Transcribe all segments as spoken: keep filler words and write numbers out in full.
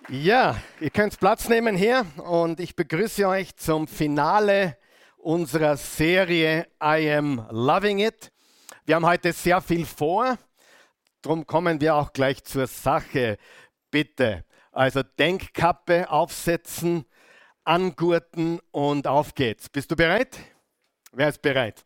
Ja, ihr könnt Platz nehmen hier und ich begrüße euch zum Finale unserer Serie I Am Loving It. Wir haben heute sehr viel vor, darum kommen wir auch gleich zur Sache. Bitte, also Denkkappe aufsetzen, angurten und auf geht's. Bist du bereit? Wer ist bereit?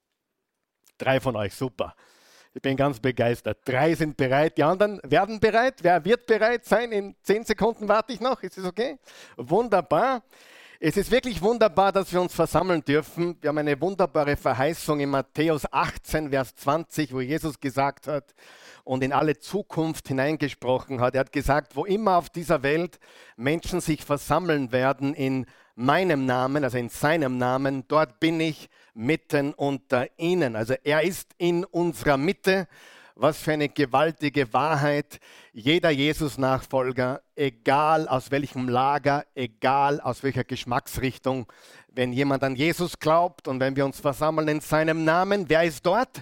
Drei von euch, super. Ich bin ganz begeistert. Drei sind bereit, die anderen werden bereit. Wer wird bereit sein? In zehn Sekunden warte ich noch. Ist es okay? Wunderbar. Es ist wirklich wunderbar, dass wir uns versammeln dürfen. Wir haben eine wunderbare Verheißung in Matthäus achtzehn, Vers zwanzig, wo Jesus gesagt hat und in alle Zukunft hineingesprochen hat. Er hat gesagt, wo immer auf dieser Welt Menschen sich versammeln werden in meinem Namen, also in seinem Namen, dort bin ich mitten unter ihnen. Also er ist in unserer Mitte. Was für eine gewaltige Wahrheit. Jeder Jesus-Nachfolger, egal aus welchem Lager, egal aus welcher Geschmacksrichtung, wenn jemand an Jesus glaubt und wenn wir uns versammeln in seinem Namen, wer ist dort?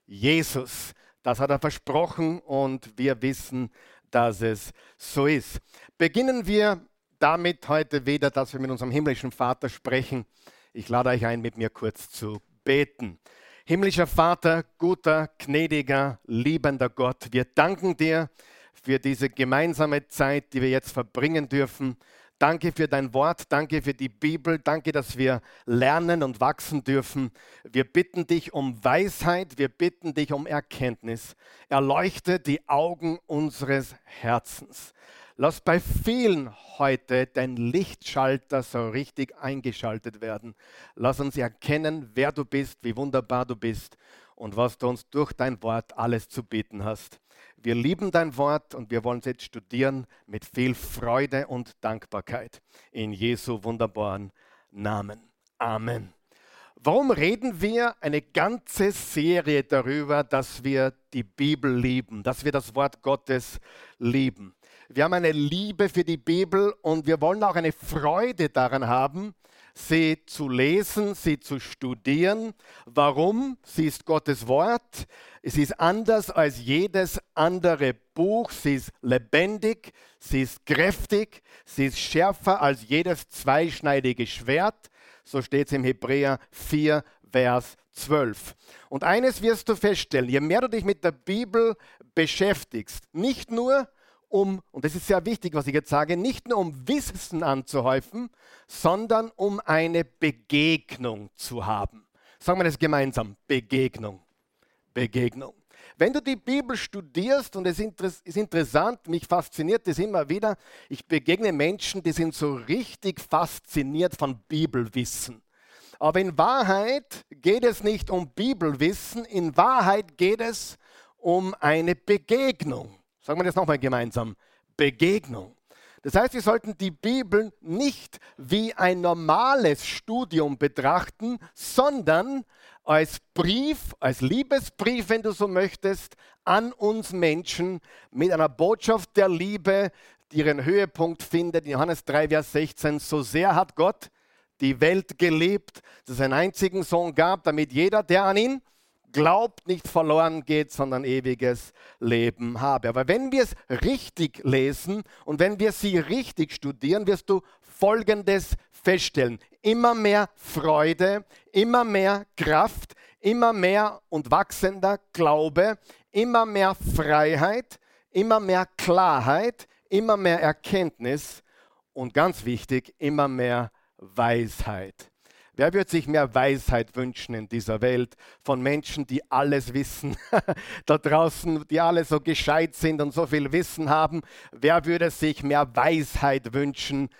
Jesus. Das hat er versprochen und wir wissen, dass es so ist. Beginnen wir damit heute wieder, dass wir mit unserem himmlischen Vater sprechen. Ich lade euch ein, mit mir kurz zu beten. Himmlischer Vater, guter, gnädiger, liebender Gott, wir danken dir für diese gemeinsame Zeit, die wir jetzt verbringen dürfen. Danke für dein Wort, danke für die Bibel, danke, dass wir lernen und wachsen dürfen. Wir bitten dich um Weisheit, wir bitten dich um Erkenntnis. Erleuchte die Augen unseres Herzens. Lass bei vielen heute dein Lichtschalter so richtig eingeschaltet werden. Lass uns erkennen, wer du bist, wie wunderbar du bist und was du uns durch dein Wort alles zu bieten hast. Wir lieben dein Wort und wir wollen es jetzt studieren mit viel Freude und Dankbarkeit. In Jesu wunderbaren Namen. Amen. Warum reden wir eine ganze Serie darüber, dass wir die Bibel lieben, dass wir das Wort Gottes lieben? Wir haben eine Liebe für die Bibel und wir wollen auch eine Freude daran haben, sie zu lesen, sie zu studieren. Warum? Sie ist Gottes Wort. Es ist anders als jedes andere Buch. Sie ist lebendig, sie ist kräftig, sie ist schärfer als jedes zweischneidige Schwert. So steht es im Hebräer vier, Vers zwölf. Und eines wirst du feststellen, je mehr du dich mit der Bibel beschäftigst, nicht nur um, und das ist sehr wichtig, was ich jetzt sage, nicht nur um Wissen anzuhäufen, sondern um eine Begegnung zu haben. Sagen wir das gemeinsam, Begegnung, Begegnung. Wenn du die Bibel studierst, und es ist interessant, mich fasziniert das immer wieder, ich begegne Menschen, die sind so richtig fasziniert von Bibelwissen. Aber in Wahrheit geht es nicht um Bibelwissen, in Wahrheit geht es um eine Begegnung. Sagen wir das nochmal gemeinsam, Begegnung. Das heißt, wir sollten die Bibel nicht wie ein normales Studium betrachten, sondern als Brief, als Liebesbrief, wenn du so möchtest, an uns Menschen mit einer Botschaft der Liebe, die ihren Höhepunkt findet. In Johannes drei, Vers sechzehn, so sehr hat Gott die Welt geliebt, dass es einen einzigen Sohn gab, damit jeder, der an ihn glaubt, nicht verloren geht, sondern ewiges Leben habe. Aber wenn wir es richtig lesen und wenn wir sie richtig studieren, wirst du Folgendes feststellen. Immer mehr Freude, immer mehr Kraft, immer mehr und wachsender Glaube, immer mehr Freiheit, immer mehr Klarheit, immer mehr Erkenntnis und ganz wichtig, immer mehr Weisheit. Wer würde sich mehr Weisheit wünschen in dieser Welt von Menschen, die alles wissen, da draußen, die alle so gescheit sind und so viel Wissen haben? Wer würde sich mehr Weisheit wünschen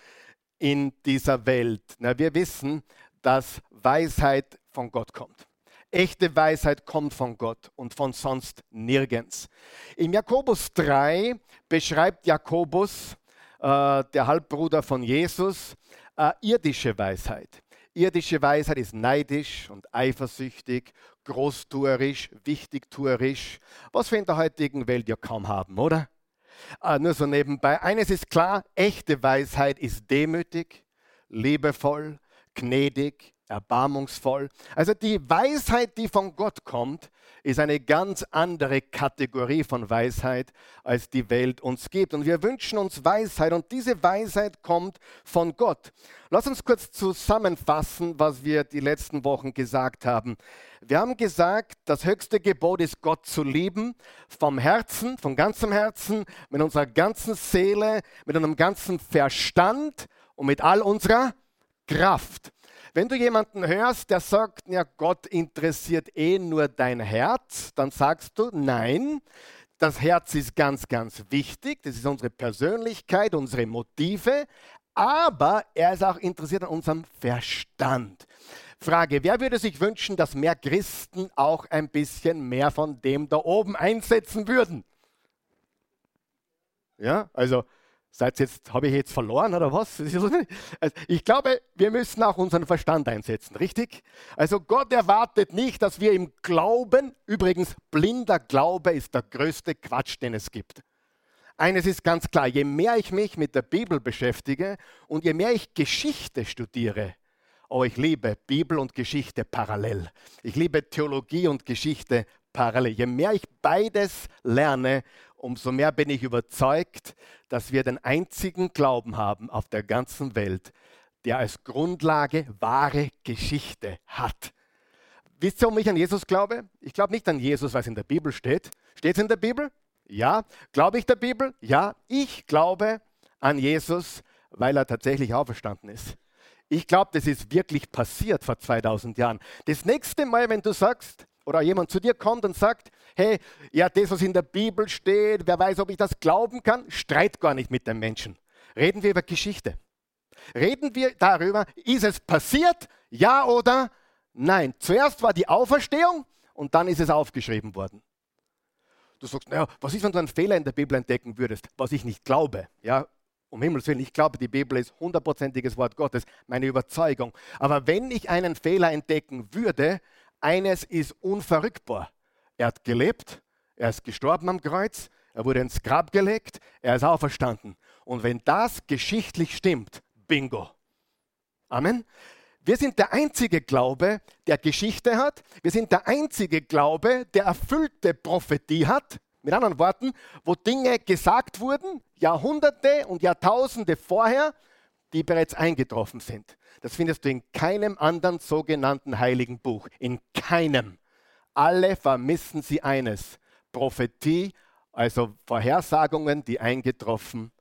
in dieser Welt? Na, wir wissen, dass Weisheit von Gott kommt. Echte Weisheit kommt von Gott und von sonst nirgends. In Jakobus drei beschreibt Jakobus, äh, der Halbbruder von Jesus, äh, irdische Weisheit. Irdische Weisheit ist neidisch und eifersüchtig, großtuerisch, wichtigtuerisch, was wir in der heutigen Welt ja kaum haben, oder? Äh, nur so nebenbei. Eines ist klar, echte Weisheit ist demütig, liebevoll, gnädig, erbarmungsvoll. Also die Weisheit, die von Gott kommt, ist eine ganz andere Kategorie von Weisheit, als die Welt uns gibt. Und wir wünschen uns Weisheit und diese Weisheit kommt von Gott. Lass uns kurz zusammenfassen, was wir die letzten Wochen gesagt haben. Wir haben gesagt, das höchste Gebot ist, Gott zu lieben, vom Herzen, von ganzem Herzen, mit unserer ganzen Seele, mit unserem ganzen Verstand und mit all unserer Kraft. Wenn du jemanden hörst, der sagt, ja, Gott interessiert eh nur dein Herz, dann sagst du, nein, das Herz ist ganz, ganz wichtig, das ist unsere Persönlichkeit, unsere Motive, aber er ist auch interessiert an unserem Verstand. Frage, wer würde sich wünschen, dass mehr Christen auch ein bisschen mehr von dem da oben einsetzen würden? Ja, also... Seid jetzt, habe ich jetzt verloren oder was? Ich glaube, wir müssen auch unseren Verstand einsetzen, richtig? Also Gott erwartet nicht, dass wir ihm glauben. Übrigens, blinder Glaube ist der größte Quatsch, den es gibt. Eines ist ganz klar, je mehr ich mich mit der Bibel beschäftige und je mehr ich Geschichte studiere, oh, ich liebe Bibel und Geschichte parallel. Ich liebe Theologie und Geschichte parallel. Je mehr ich beides lerne, umso mehr bin ich überzeugt, dass wir den einzigen Glauben haben auf der ganzen Welt, der als Grundlage wahre Geschichte hat. Wisst ihr, warum ich an Jesus glaube? Ich glaube nicht an Jesus, weil es in der Bibel steht. Steht es in der Bibel? Ja. Glaube ich der Bibel? Ja. Ich glaube an Jesus, weil er tatsächlich auferstanden ist. Ich glaube, das ist wirklich passiert vor zweitausend Jahren. Das nächste Mal, wenn du sagst, oder jemand zu dir kommt und sagt, hey, ja, das, was in der Bibel steht, wer weiß, ob ich das glauben kann, streit gar nicht mit dem Menschen. Reden wir über Geschichte. Reden wir darüber, ist es passiert, ja oder nein. Zuerst war die Auferstehung und dann ist es aufgeschrieben worden. Du sagst, naja, was ist, wenn du einen Fehler in der Bibel entdecken würdest, was ich nicht glaube? Ja, um Himmels Willen, ich glaube, die Bibel ist hundertprozentiges Wort Gottes, meine Überzeugung. Aber wenn ich einen Fehler entdecken würde, eines ist unverrückbar. Er hat gelebt, er ist gestorben am Kreuz, er wurde ins Grab gelegt, er ist auferstanden. Und wenn das geschichtlich stimmt, bingo. Amen. Wir sind der einzige Glaube, der Geschichte hat. Wir sind der einzige Glaube, der erfüllte Prophetie hat. Mit anderen Worten, wo Dinge gesagt wurden, Jahrhunderte und Jahrtausende vorher, die bereits eingetroffen sind. Das findest du in keinem anderen sogenannten heiligen Buch. In keinem. Alle vermissen sie eines. Prophetie, also Vorhersagungen, die eingetroffen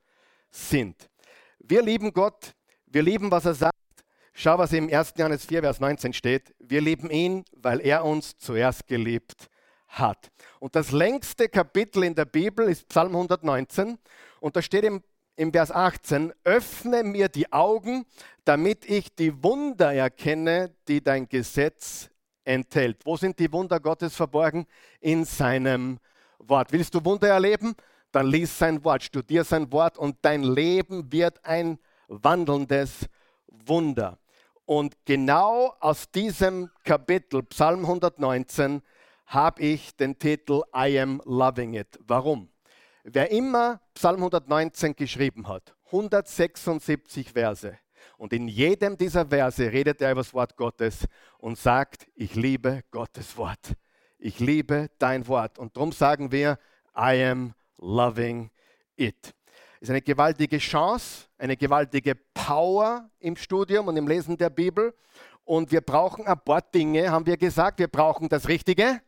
sind. Wir lieben Gott, wir lieben, was er sagt. Schau, was im ersten Johannes vier, Vers neunzehn steht. Wir lieben ihn, weil er uns zuerst geliebt hat. Und das längste Kapitel in der Bibel ist Psalm hundertneunzehn. Und da steht im Im Vers achtzehn, öffne mir die Augen, damit ich die Wunder erkenne, die dein Gesetz enthält. Wo sind die Wunder Gottes verborgen? In seinem Wort. Willst du Wunder erleben? Dann lies sein Wort, studier sein Wort und dein Leben wird ein wandelndes Wunder. Und genau aus diesem Kapitel, Psalm hundertneunzehn, habe ich den Titel I am loving it. Warum? Wer immer Psalm hundertneunzehn geschrieben hat, hundertsechsundsiebzig Verse, und in jedem dieser Verse redet er über das Wort Gottes und sagt, ich liebe Gottes Wort. Ich liebe dein Wort. Und darum sagen wir, I am loving it. Es ist eine gewaltige Chance, eine gewaltige Power im Studium und im Lesen der Bibel. Und wir brauchen ein paar Dinge, haben wir gesagt. Wir brauchen das richtige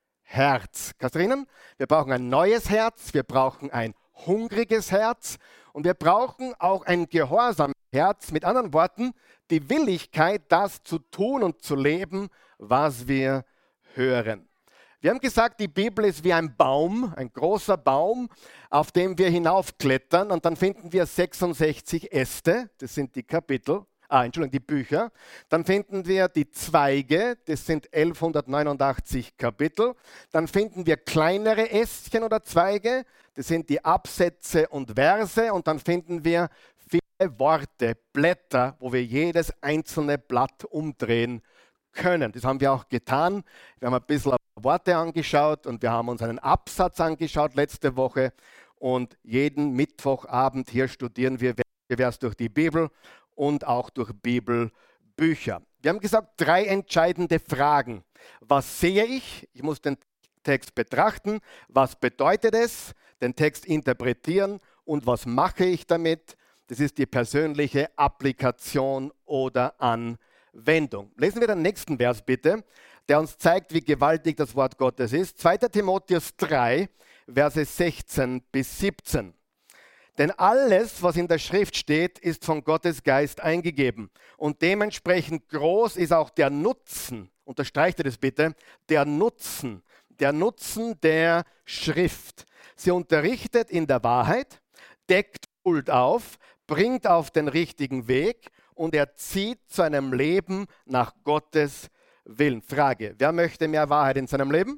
Herz. Kannst du erinnern? Wir brauchen ein neues Herz, wir brauchen ein hungriges Herz und wir brauchen auch ein gehorsames Herz. Mit anderen Worten, die Willigkeit, das zu tun und zu leben, was wir hören. Wir haben gesagt, die Bibel ist wie ein Baum, ein großer Baum, auf dem wir hinaufklettern und dann finden wir sechsundsechzig Äste, das sind die Kapitel. Ah, Entschuldigung, die Bücher. Dann finden wir die Zweige, das sind elfhundertneunundachtzig Kapitel. Dann finden wir kleinere Ästchen oder Zweige, das sind die Absätze und Verse. Und dann finden wir viele Worte, Blätter, wo wir jedes einzelne Blatt umdrehen können. Das haben wir auch getan. Wir haben ein bisschen Worte angeschaut und wir haben uns einen Absatz angeschaut letzte Woche. Und jeden Mittwochabend hier studieren wir Vers durch die Bibel und auch durch Bibelbücher. Wir haben gesagt, drei entscheidende Fragen. Was sehe ich? Ich muss den Text betrachten. Was bedeutet es? Den Text interpretieren. Und was mache ich damit? Das ist die persönliche Applikation oder Anwendung. Lesen wir den nächsten Vers bitte, der uns zeigt, wie gewaltig das Wort Gottes ist. zweiter Timotheus drei, Verse sechzehn bis siebzehn. Denn alles, was in der Schrift steht, ist von Gottes Geist eingegeben. Und dementsprechend groß ist auch der Nutzen, unterstreicht ihr das bitte, der Nutzen, der Nutzen der Schrift. Sie unterrichtet in der Wahrheit, deckt Schuld auf, bringt auf den richtigen Weg und erzieht zu einem Leben nach Gottes Willen. Frage, wer möchte mehr Wahrheit in seinem Leben?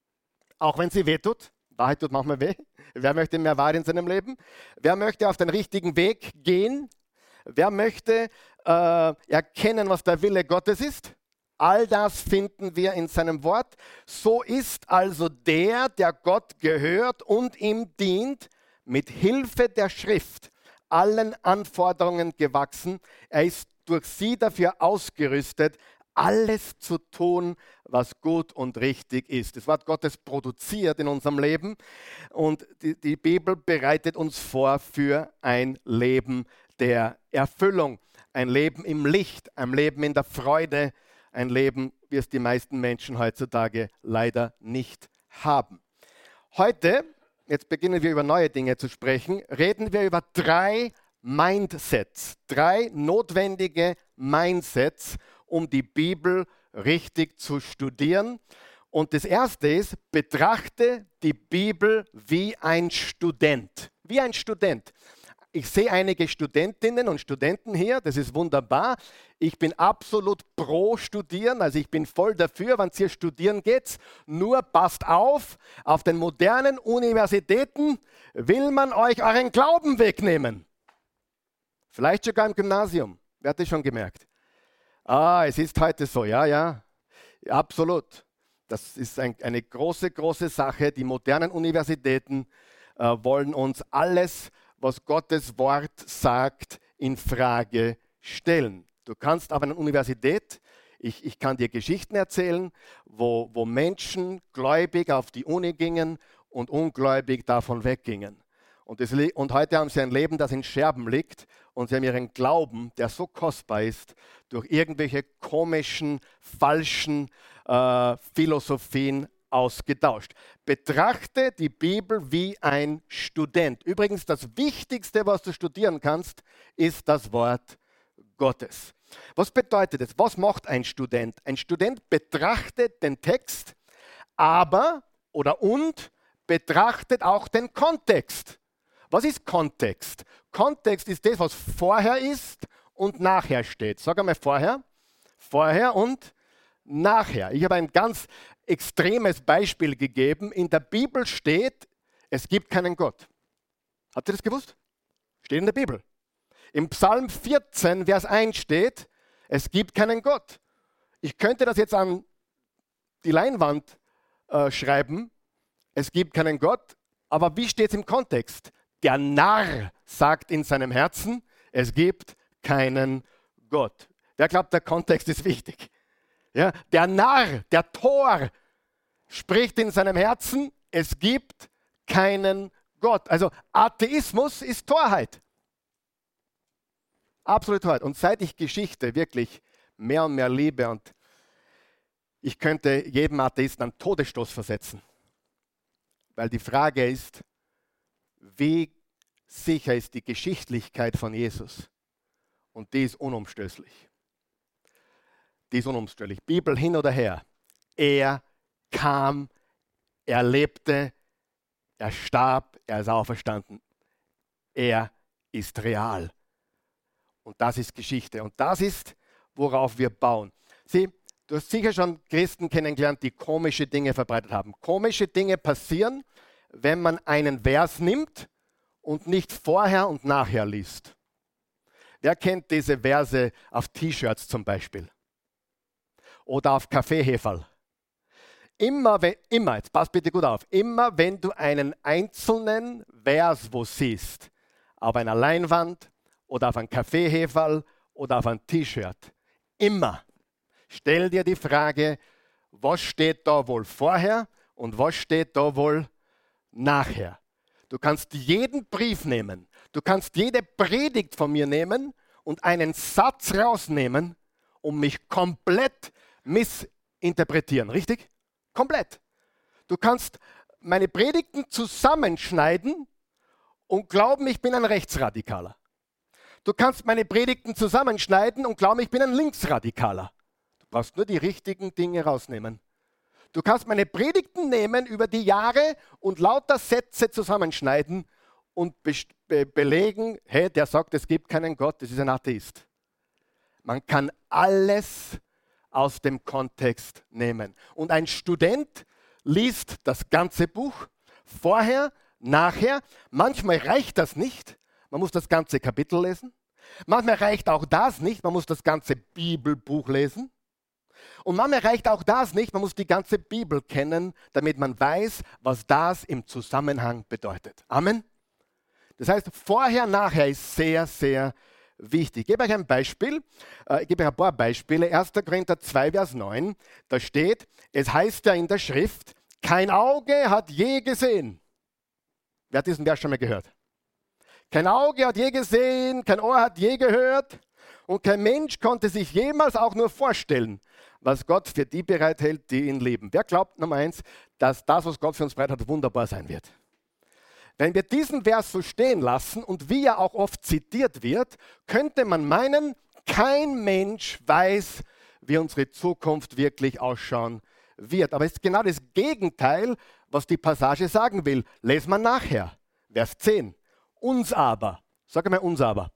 Auch wenn sie wehtut. Wahrheit tut manchmal weh. Wer möchte mehr Wahrheit in seinem Leben? Wer möchte auf den richtigen Weg gehen? Wer möchte äh, erkennen, was der Wille Gottes ist? All das finden wir in seinem Wort. So ist also der, der Gott gehört und ihm dient, mit Hilfe der Schrift allen Anforderungen gewachsen. Er ist durch sie dafür ausgerüstet, alles zu tun, was gut und richtig ist. Das Wort Gottes produziert in unserem Leben und die, die Bibel bereitet uns vor für ein Leben der Erfüllung, ein Leben im Licht, ein Leben in der Freude, ein Leben, wie es die meisten Menschen heutzutage leider nicht haben. Heute, jetzt beginnen wir über neue Dinge zu sprechen, reden wir über drei Mindsets, drei notwendige Mindsets, um die Bibel richtig zu studieren. Und das erste ist, betrachte die Bibel wie ein Student. Wie ein Student. Ich sehe einige Studentinnen und Studenten hier, das ist wunderbar. Ich bin absolut pro Studieren, also ich bin voll dafür, wenn es hier studieren geht. Nur passt auf, auf den modernen Universitäten will man euch euren Glauben wegnehmen. Vielleicht sogar im Gymnasium, wer hat das schon gemerkt? Ah, es ist heute so, ja, ja, absolut. Das ist ein, eine große, große Sache. Die modernen Universitäten äh, wollen uns alles, was Gottes Wort sagt, in Frage stellen. Du kannst auf einer Universität, ich, ich kann dir Geschichten erzählen, wo, wo Menschen gläubig auf die Uni gingen und ungläubig davon weggingen. Und, das, und heute haben sie ein Leben, das in Scherben liegt und sie haben ihren Glauben, der so kostbar ist, durch irgendwelche komischen, falschen äh, Philosophien ausgetauscht. Betrachte die Bibel wie ein Student. Übrigens, das Wichtigste, was du studieren kannst, ist das Wort Gottes. Was bedeutet es? Was macht ein Student? Ein Student betrachtet den Text, aber oder und betrachtet auch den Kontext. Was ist Kontext? Kontext ist das, was vorher ist und nachher steht. Sag einmal vorher, vorher und nachher. Ich habe ein ganz extremes Beispiel gegeben. In der Bibel steht, es gibt keinen Gott. Habt ihr das gewusst? Steht in der Bibel. Im Psalm vierzehn, Vers eins steht, es gibt keinen Gott. Ich könnte das jetzt an die Leinwand äh, schreiben, es gibt keinen Gott, aber wie steht es im Kontext? Der Narr sagt in seinem Herzen, es gibt keinen Gott. Wer glaubt, der Kontext ist wichtig? Ja, der Narr, der Tor, spricht in seinem Herzen, es gibt keinen Gott. Also Atheismus ist Torheit. Absolut Torheit. Und seit ich Geschichte wirklich mehr und mehr liebe und ich könnte jedem Atheisten einen Todesstoß versetzen. Weil die Frage ist, wie sicher ist die Geschichtlichkeit von Jesus? Und die ist unumstößlich. Die ist unumstößlich. Bibel hin oder her. Er kam, er lebte, er starb, er ist auferstanden. Er ist real. Und das ist Geschichte. Und das ist, worauf wir bauen. Sieh, du hast sicher schon Christen kennengelernt, die komische Dinge verbreitet haben. Komische Dinge passieren, wenn man einen Vers nimmt und nicht vorher und nachher liest. Wer kennt diese Verse auf T-Shirts zum Beispiel? Oder auf Kaffeeheferl? Immer, wenn, immer, jetzt pass bitte gut auf, immer wenn du einen einzelnen Vers wo siehst, auf einer Leinwand oder auf einem Kaffeeheferl oder auf einem T-Shirt, immer, stell dir die Frage, was steht da wohl vorher und was steht da wohl nachher. Du kannst jeden Brief nehmen, du kannst jede Predigt von mir nehmen und einen Satz rausnehmen und mich komplett missinterpretieren, richtig? Komplett. Du kannst meine Predigten zusammenschneiden und glauben, ich bin ein Rechtsradikaler. Du kannst meine Predigten zusammenschneiden und glauben, ich bin ein Linksradikaler. Du brauchst nur die richtigen Dinge rausnehmen. Du kannst meine Predigten nehmen über die Jahre und lauter Sätze zusammenschneiden und be be belegen, hey, der sagt, es gibt keinen Gott, das ist ein Atheist. Man kann alles aus dem Kontext nehmen. Und ein Student liest das ganze Buch, vorher, nachher. Manchmal reicht das nicht, man muss das ganze Kapitel lesen. Manchmal reicht auch das nicht, man muss das ganze Bibelbuch lesen. Und manchmal reicht auch das nicht, man muss die ganze Bibel kennen, damit man weiß, was das im Zusammenhang bedeutet. Amen. Das heißt, vorher, nachher ist sehr, sehr wichtig. Ich gebe euch ein Beispiel, ich gebe euch ein paar Beispiele. erster Korinther zwei, Vers neun, da steht, es heißt ja in der Schrift, kein Auge hat je gesehen. Wer hat diesen Vers schon mal gehört? Kein Auge hat je gesehen, kein Ohr hat je gehört und kein Mensch konnte sich jemals auch nur vorstellen, was Gott für die bereithält, die ihn lieben. Wer glaubt, Nummer eins, dass das, was Gott für uns bereit hat, wunderbar sein wird? Wenn wir diesen Vers so stehen lassen und wie er auch oft zitiert wird, könnte man meinen, kein Mensch weiß, wie unsere Zukunft wirklich ausschauen wird. Aber es ist genau das Gegenteil, was die Passage sagen will. Lesen wir nachher, Vers zehn. Uns aber, sag einmal uns aber,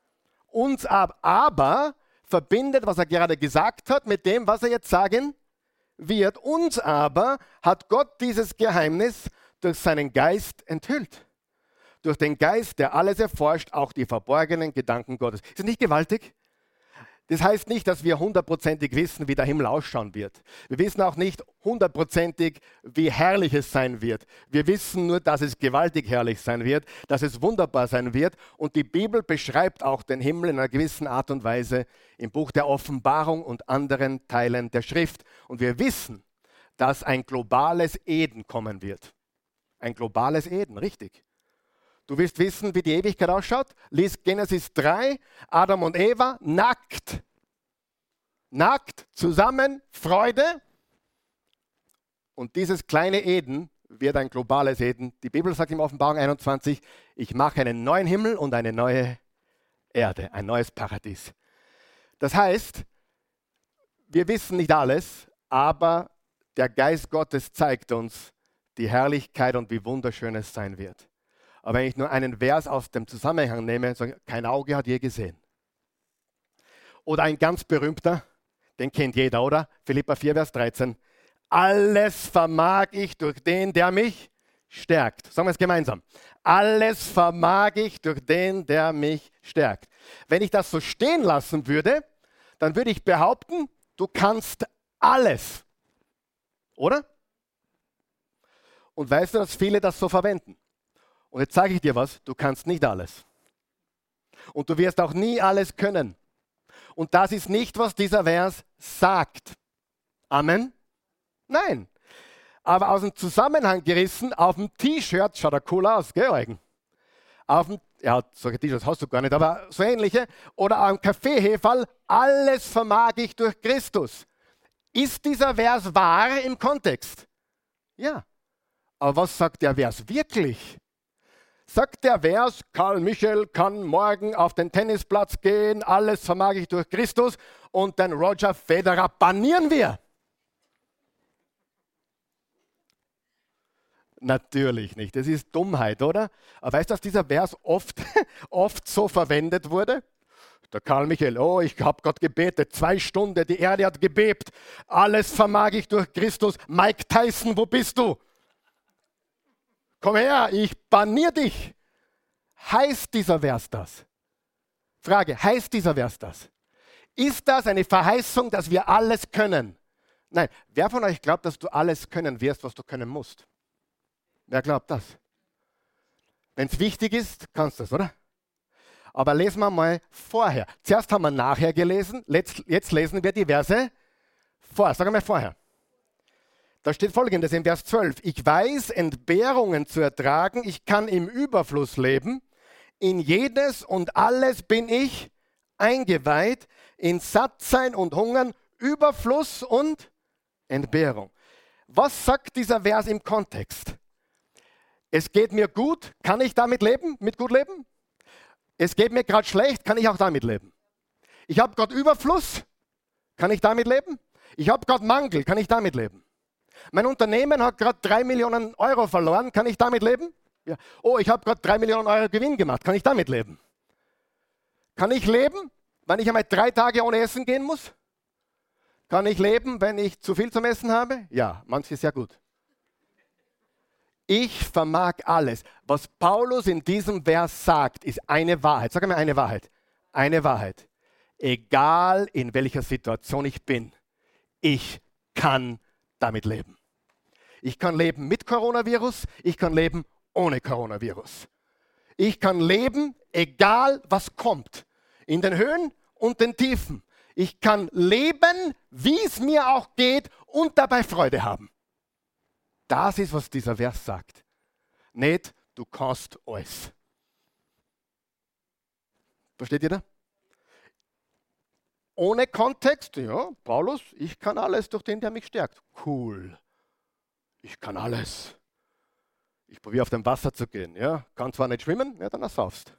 uns aber, aber verbindet, was er gerade gesagt hat, mit dem, was er jetzt sagen wird. Uns aber hat Gott dieses Geheimnis durch seinen Geist enthüllt. Durch den Geist, der alles erforscht, auch die verborgenen Gedanken Gottes. Ist das nicht gewaltig? Das heißt nicht, dass wir hundertprozentig wissen, wie der Himmel ausschauen wird. Wir wissen auch nicht hundertprozentig, wie herrlich es sein wird. Wir wissen nur, dass es gewaltig herrlich sein wird, dass es wunderbar sein wird. Und die Bibel beschreibt auch den Himmel in einer gewissen Art und Weise im Buch der Offenbarung und anderen Teilen der Schrift. Und wir wissen, dass ein globales Eden kommen wird. Ein globales Eden, richtig. Du willst wissen, wie die Ewigkeit ausschaut? Lies Genesis drei, Adam und Eva, nackt. Nackt, zusammen, Freude. Und dieses kleine Eden wird ein globales Eden. Die Bibel sagt im Offenbarung einundzwanzig, ich mache einen neuen Himmel und eine neue Erde, ein neues Paradies. Das heißt, wir wissen nicht alles, aber der Geist Gottes zeigt uns die Herrlichkeit und wie wunderschön es sein wird. Aber wenn ich nur einen Vers aus dem Zusammenhang nehme, sage ich, kein Auge hat je gesehen. Oder ein ganz berühmter, den kennt jeder, oder? Philipper vier, Vers dreizehn. Alles vermag ich durch den, der mich stärkt. Sagen wir es gemeinsam. Alles vermag ich durch den, der mich stärkt. Wenn ich das so stehen lassen würde, dann würde ich behaupten, du kannst alles. Oder? Und weißt du, dass viele das so verwenden? Und jetzt sage ich dir was, du kannst nicht alles. Und du wirst auch nie alles können. Und das ist nicht, was dieser Vers sagt. Amen? Nein. Aber aus dem Zusammenhang gerissen, auf dem T-Shirt, schaut er cool aus, gell, Eugen? Auf dem, ja, solche T-Shirts hast du gar nicht, aber so ähnliche. Oder am Kaffeeheferl, alles vermag ich durch Christus. Ist dieser Vers wahr im Kontext? Ja. Aber was sagt der Vers wirklich? Sagt der Vers, Karl Michael kann morgen auf den Tennisplatz gehen, alles vermag ich durch Christus und den Roger Federer banieren wir? Natürlich nicht, das ist Dummheit, oder? Aber weißt du, dass dieser Vers oft, oft so verwendet wurde? Der Karl Michael, oh, ich habe Gott gebetet, zwei Stunden, die Erde hat gebebt, alles vermag ich durch Christus. Mike Tyson, wo bist du? Komm her, ich banniere dich. Heißt dieser Vers das? Frage, heißt dieser Vers das? Ist das eine Verheißung, dass wir alles können? Nein, wer von euch glaubt, dass du alles können wirst, was du können musst? Wer glaubt das? Wenn es wichtig ist, kannst du es, oder? Aber lesen wir mal vorher. Zuerst haben wir nachher gelesen, jetzt, jetzt lesen wir die Verse Vor, sag einmal vorher. Da steht Folgendes in Vers zwölf. Ich weiß, Entbehrungen zu ertragen. Ich kann im Überfluss leben. In jedes und alles bin ich eingeweiht. In Sattsein und Hungern, Überfluss und Entbehrung. Was sagt dieser Vers im Kontext? Es geht mir gut. Kann ich damit leben? Mit gut leben? Es geht mir gerade schlecht. Kann ich auch damit leben? Ich habe gerade Überfluss. Kann ich damit leben? Ich habe gerade Mangel. Kann ich damit leben? Mein Unternehmen hat gerade drei Millionen Euro verloren. Kann ich damit leben? Ja. Oh, ich habe gerade drei Millionen Euro Gewinn gemacht. Kann ich damit leben? Kann ich leben, wenn ich einmal drei Tage ohne Essen gehen muss? Kann ich leben, wenn ich zu viel zum Essen habe? Ja, manches sehr gut. Ich vermag alles. Was Paulus in diesem Vers sagt, ist eine Wahrheit. Sag mir eine Wahrheit. Eine Wahrheit. Egal in welcher Situation ich bin, ich kann damit leben. Ich kann leben mit Coronavirus, ich kann leben ohne Coronavirus. Ich kann leben, egal was kommt, in den Höhen und den Tiefen. Ich kann leben, wie es mir auch geht und dabei Freude haben. Das ist, was dieser Vers sagt. Nicht, du kannst alles. Versteht ihr das? Ohne Kontext, ja, Paulus, ich kann alles durch den, der mich stärkt. Cool. Ich kann alles. Ich probiere auf dem Wasser zu gehen. Ja, kann zwar nicht schwimmen, ja, dann ersaufst.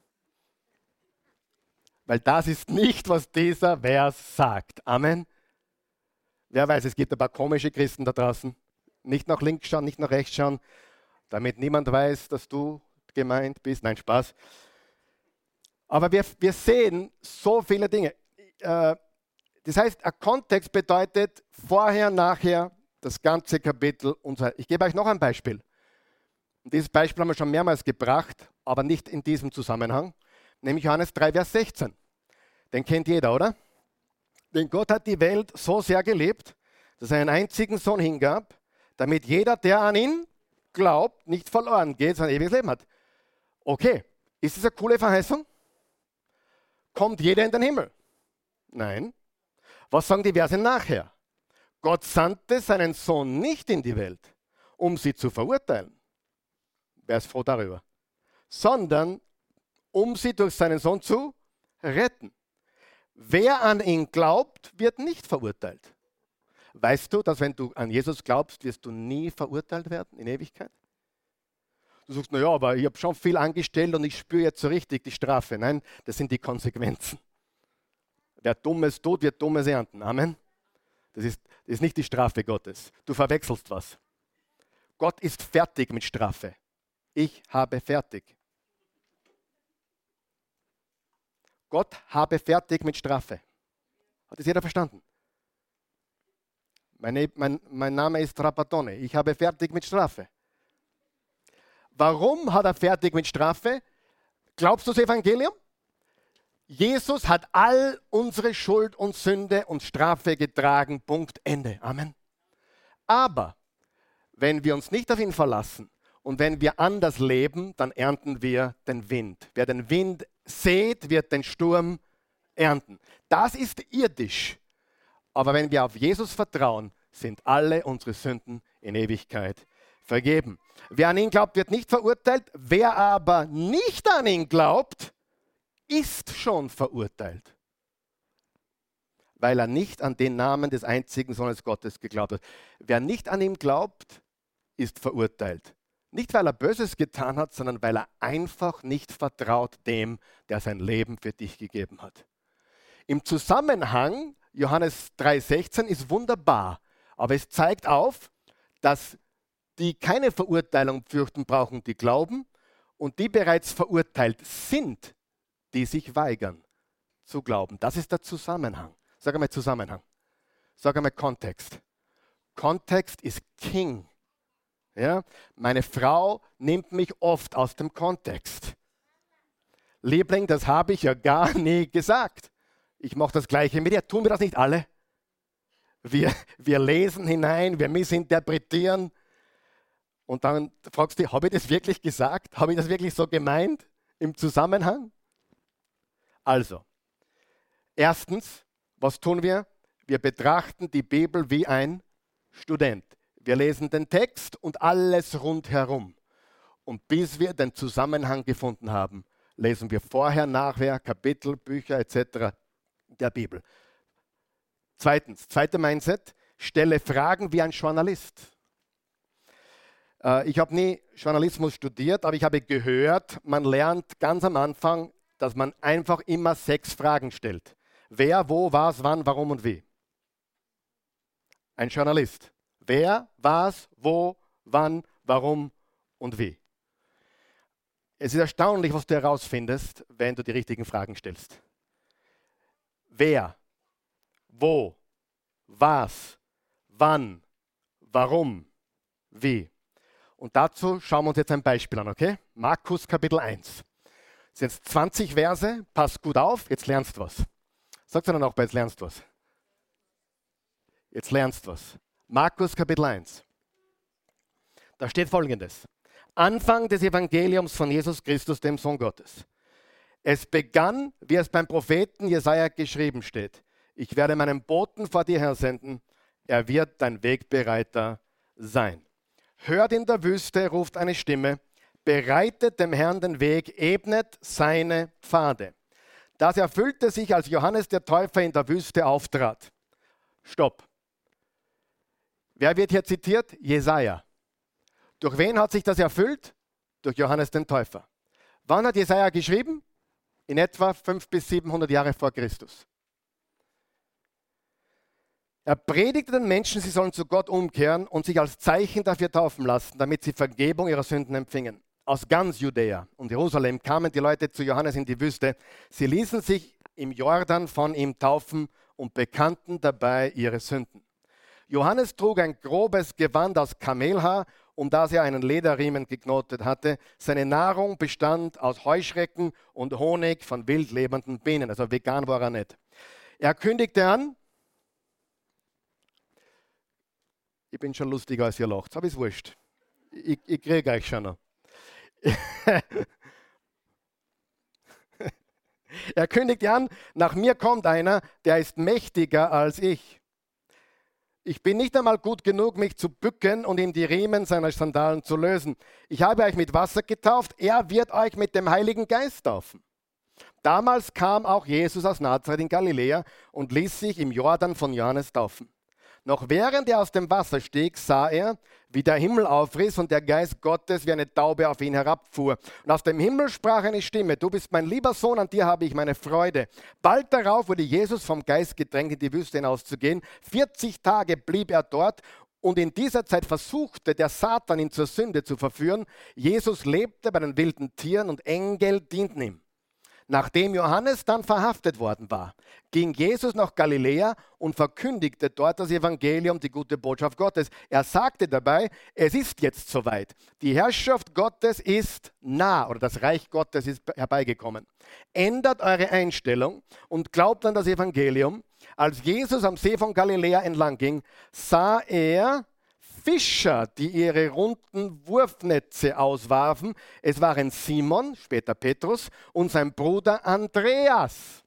Weil das ist nicht, was dieser Vers sagt. Amen. Wer weiß, es gibt ein paar komische Christen da draußen. Nicht nach links schauen, nicht nach rechts schauen, damit niemand weiß, dass du gemeint bist. Nein, Spaß. Aber wir, wir sehen so viele Dinge. Äh, Das heißt, ein Kontext bedeutet vorher, nachher, das ganze Kapitel und so weiter. Ich gebe euch noch ein Beispiel. Und dieses Beispiel haben wir schon mehrmals gebracht, aber nicht in diesem Zusammenhang, nämlich Johannes drei, Vers sechzehn. Den kennt jeder, oder? Denn Gott hat die Welt so sehr geliebt, dass er einen einzigen Sohn hingab, damit jeder, der an ihn glaubt, nicht verloren geht, sondern ewiges Leben hat. Okay, ist das eine coole Verheißung? Kommt jeder in den Himmel? Nein. Was sagen die Verse nachher? Gott sandte seinen Sohn nicht in die Welt, um sie zu verurteilen. Wer ist froh darüber? Sondern um sie durch seinen Sohn zu retten. Wer an ihn glaubt, wird nicht verurteilt. Weißt du, dass wenn du an Jesus glaubst, wirst du nie verurteilt werden in Ewigkeit? Du sagst, naja, aber ich habe schon viel angestellt und ich spüre jetzt so richtig die Strafe. Nein, das sind die Konsequenzen. Wer Dummes tut, wird Dummes ernten. Amen. Das ist, das ist nicht die Strafe Gottes. Du verwechselst was. Gott ist fertig mit Strafe. Ich habe fertig. Gott habe fertig mit Strafe. Hat das jeder verstanden? Meine, mein, mein Name ist Trapattoni. Ich habe fertig mit Strafe. Warum hat er fertig mit Strafe? Glaubst du das Evangelium? Jesus hat all unsere Schuld und Sünde und Strafe getragen. Punkt, Ende. Amen. Aber wenn wir uns nicht auf ihn verlassen und wenn wir anders leben, dann ernten wir den Wind. Wer den Wind sät, wird den Sturm ernten. Das ist irdisch. Aber wenn wir auf Jesus vertrauen, sind alle unsere Sünden in Ewigkeit vergeben. Wer an ihn glaubt, wird nicht verurteilt. Wer aber nicht an ihn glaubt, ist schon verurteilt, weil er nicht an den Namen des einzigen Sohnes Gottes geglaubt hat. Wer nicht an ihn glaubt, ist verurteilt. Nicht, weil er Böses getan hat, sondern weil er einfach nicht vertraut dem, der sein Leben für dich gegeben hat. Im Zusammenhang, Johannes drei sechzehn ist wunderbar, aber es zeigt auf, dass die keine Verurteilung fürchten brauchen, die glauben, und die bereits verurteilt sind, die sich weigern zu glauben. Das ist der Zusammenhang. Sag einmal Zusammenhang. Sag einmal Kontext. Kontext ist King. Ja? Meine Frau nimmt mich oft aus dem Kontext. Liebling, das habe ich ja gar nie gesagt. Ich mache das Gleiche mit dir. Tun wir das nicht alle? Wir, wir lesen hinein, wir missinterpretieren. Und dann fragst du, habe ich das wirklich gesagt? Habe ich das wirklich so gemeint im Zusammenhang? Also, erstens, was tun wir? Wir betrachten die Bibel wie ein Student. Wir lesen den Text und alles rundherum. Und bis wir den Zusammenhang gefunden haben, lesen wir vorher, nachher, Kapitel, Bücher et cetera der Bibel. Zweitens, zweite Mindset, stelle Fragen wie ein Journalist. Äh, ich habe nie Journalismus studiert, aber ich habe gehört, man lernt ganz am Anfang, dass man einfach immer sechs Fragen stellt. Wer, wo, was, wann, warum und wie. Ein Journalist. Wer, was, wo, wann, warum und wie. Es ist erstaunlich, was du herausfindest, wenn du die richtigen Fragen stellst. Wer, wo, was, wann, warum, wie. Und dazu schauen wir uns jetzt ein Beispiel an, okay? Markus Kapitel eins. Das sind jetzt zwanzig Verse, pass gut auf, jetzt lernst du was. Sagst du dann auch, jetzt lernst du was. Jetzt lernst du was. Markus Kapitel eins. Da steht Folgendes. Anfang des Evangeliums von Jesus Christus, dem Sohn Gottes. Es begann, wie es beim Propheten Jesaja geschrieben steht. Ich werde meinen Boten vor dir hersenden, er wird dein Wegbereiter sein. Hört in der Wüste, ruft eine Stimme, bereitet dem Herrn den Weg, ebnet seine Pfade. Das erfüllte sich, als Johannes der Täufer in der Wüste auftrat. Stopp. Wer wird hier zitiert? Jesaja. Durch wen hat sich das erfüllt? Durch Johannes den Täufer. Wann hat Jesaja geschrieben? In etwa fünfhundert bis siebenhundert Jahre vor Christus. Er predigte den Menschen, sie sollen zu Gott umkehren und sich als Zeichen dafür taufen lassen, damit sie Vergebung ihrer Sünden empfingen. Aus ganz Judäa und Jerusalem kamen die Leute zu Johannes in die Wüste. Sie ließen sich im Jordan von ihm taufen und bekannten dabei ihre Sünden. Johannes trug ein grobes Gewand aus Kamelhaar, um das er einen Lederriemen geknotet hatte. Seine Nahrung bestand aus Heuschrecken und Honig von wild lebenden Bienen. Also vegan war er nicht. Er kündigte an, ich bin schon lustiger als ihr lacht, aber ist wurscht. Ich, ich kriege euch schon noch. Er kündigte an, nach mir kommt einer, der ist mächtiger als ich. Ich bin nicht einmal gut genug, mich zu bücken und ihm die Riemen seiner Sandalen zu lösen. Ich habe euch mit Wasser getauft, er wird euch mit dem Heiligen Geist taufen. Damals kam auch Jesus aus Nazareth in Galiläa und ließ sich im Jordan von Johannes taufen. Noch während er aus dem Wasser stieg, sah er, wie der Himmel aufriss und der Geist Gottes wie eine Taube auf ihn herabfuhr. Und aus dem Himmel sprach eine Stimme, du bist mein lieber Sohn, an dir habe ich meine Freude. Bald darauf wurde Jesus vom Geist gedrängt, in die Wüste hinauszugehen. vierzig Tage blieb er dort und in dieser Zeit versuchte der Satan, ihn zur Sünde zu verführen. Jesus lebte bei den wilden Tieren und Engel dienten ihm. Nachdem Johannes dann verhaftet worden war, ging Jesus nach Galiläa und verkündigte dort das Evangelium, die gute Botschaft Gottes. Er sagte dabei, es ist jetzt soweit. Die Herrschaft Gottes ist nah oder das Reich Gottes ist herbeigekommen. Ändert eure Einstellung und glaubt an das Evangelium. Als Jesus am See von Galiläa entlang ging, sah er Fischer, die ihre runden Wurfnetze auswarfen. Es waren Simon, später Petrus, und sein Bruder Andreas.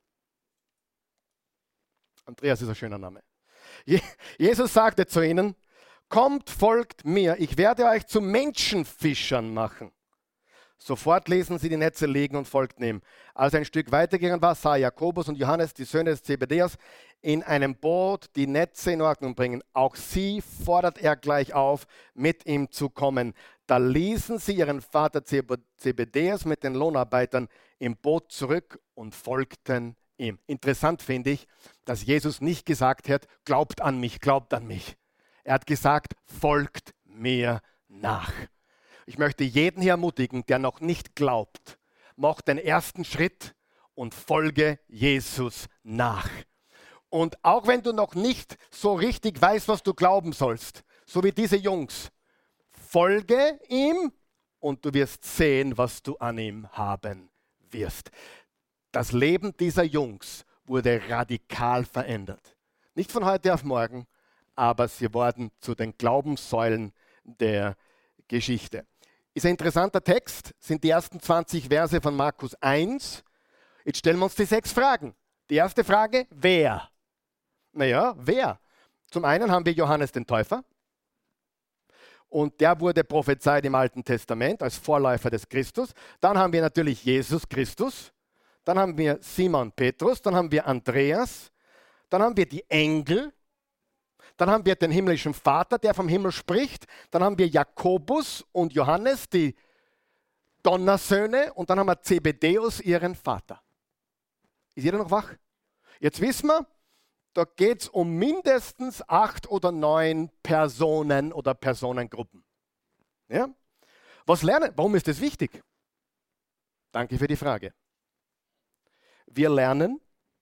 Andreas ist ein schöner Name. Jesus sagte zu ihnen, kommt, folgt mir, ich werde euch zu Menschenfischern machen. Sofort ließen sie die Netze liegen und folgten ihm. Als er ein Stück weitergegangen war, sah Jakobus und Johannes, die Söhne des Zebedeus, in einem Boot die Netze in Ordnung bringen. Auch sie fordert er gleich auf, mit ihm zu kommen. Da ließen sie ihren Vater Zebedeus mit den Lohnarbeitern im Boot zurück und folgten ihm. Interessant finde ich, dass Jesus nicht gesagt hat, glaubt an mich, glaubt an mich. Er hat gesagt, folgt mir nach. Ich möchte jeden hier ermutigen, der noch nicht glaubt, mach den ersten Schritt und folge Jesus nach. Und auch wenn du noch nicht so richtig weißt, was du glauben sollst, so wie diese Jungs, folge ihm und du wirst sehen, was du an ihm haben wirst. Das Leben dieser Jungs wurde radikal verändert. Nicht von heute auf morgen, aber sie wurden zu den Glaubenssäulen der Geschichte. Ist ein interessanter Text, sind die ersten zwanzig Verse von Markus eins. Jetzt stellen wir uns die sechs Fragen. Die erste Frage, wer? Naja, wer? Zum einen haben wir Johannes den Täufer. Und der wurde prophezeit im Alten Testament als Vorläufer des Christus. Dann haben wir natürlich Jesus Christus. Dann haben wir Simon Petrus. Dann haben wir Andreas. Dann haben wir die Engel. Dann haben wir den himmlischen Vater, der vom Himmel spricht. Dann haben wir Jakobus und Johannes, die Donnersöhne. Und dann haben wir Zebedäus, ihren Vater. Ist jeder noch wach? Jetzt wissen wir, da geht es um mindestens acht oder neun Personen oder Personengruppen. Ja? Was lernen? Warum ist das wichtig? Danke für die Frage. Wir lernen,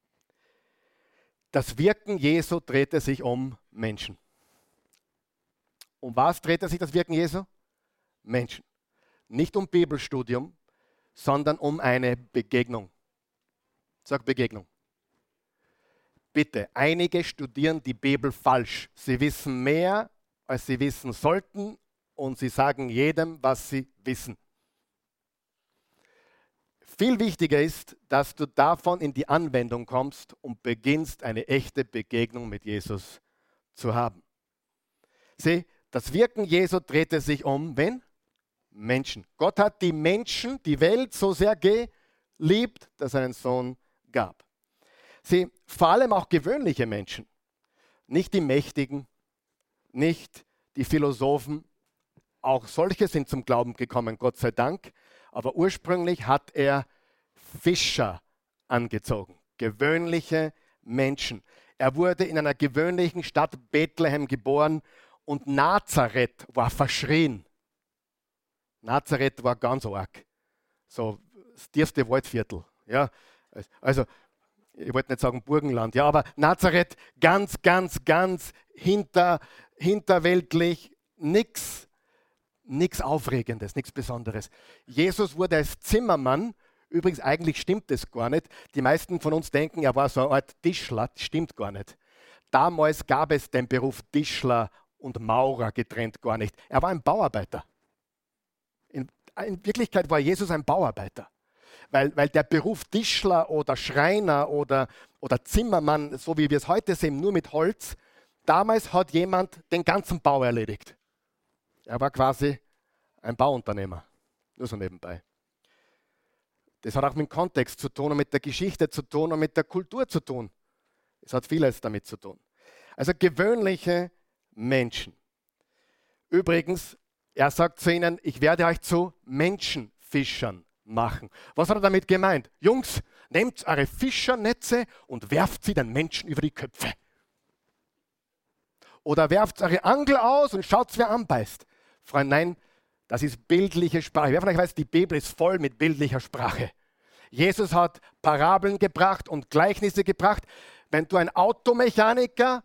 das Wirken Jesu drehte sich um Menschen. Um was drehte sich das Wirken Jesu? Menschen. Nicht um Bibelstudium, sondern um eine Begegnung. Sag Begegnung. Bitte, einige studieren die Bibel falsch. Sie wissen mehr, als sie wissen sollten, und sie sagen jedem, was sie wissen. Viel wichtiger ist, dass du davon in die Anwendung kommst und beginnst, eine echte Begegnung mit Jesus zu haben. Sieh, das Wirken Jesu drehte sich um, wen? Menschen. Gott hat die Menschen, die Welt so sehr geliebt, dass er einen Sohn gab. Sie, vor allem auch gewöhnliche Menschen, nicht die Mächtigen, nicht die Philosophen, auch solche sind zum Glauben gekommen, Gott sei Dank, aber ursprünglich hat er Fischer angezogen, gewöhnliche Menschen. Er wurde in einer gewöhnlichen Stadt Bethlehem geboren und Nazareth war verschrien. Nazareth war ganz arg, so das tiefste Waldviertel. Ja, also ich wollte nicht sagen Burgenland, ja, aber Nazareth ganz, ganz, ganz hinter, hinterweltlich, nichts nichts Aufregendes, nichts Besonderes. Jesus wurde als Zimmermann, übrigens eigentlich stimmt das gar nicht, die meisten von uns denken, er war so eine Art Tischler, das stimmt gar nicht. Damals gab es den Beruf Tischler und Maurer getrennt gar nicht. Er war ein Bauarbeiter. In, in Wirklichkeit war Jesus ein Bauarbeiter. Weil, weil der Beruf Tischler oder Schreiner oder, oder Zimmermann, so wie wir es heute sehen, nur mit Holz, damals hat jemand den ganzen Bau erledigt. Er war quasi ein Bauunternehmer, nur so nebenbei. Das hat auch mit dem Kontext zu tun und mit der Geschichte zu tun und mit der Kultur zu tun. Es hat vieles damit zu tun. Also gewöhnliche Menschen. Übrigens, er sagt zu ihnen, ich werde euch zu Menschenfischern machen. Was hat er damit gemeint? Jungs, nehmt eure Fischernetze und werft sie den Menschen über die Köpfe. Oder werft eure Angel aus und schaut, wer anbeißt. Freunde, nein, das ist bildliche Sprache. Wer von euch weiß, die Bibel ist voll mit bildlicher Sprache. Jesus hat Parabeln gebracht und Gleichnisse gebracht. Wenn du ein Automechaniker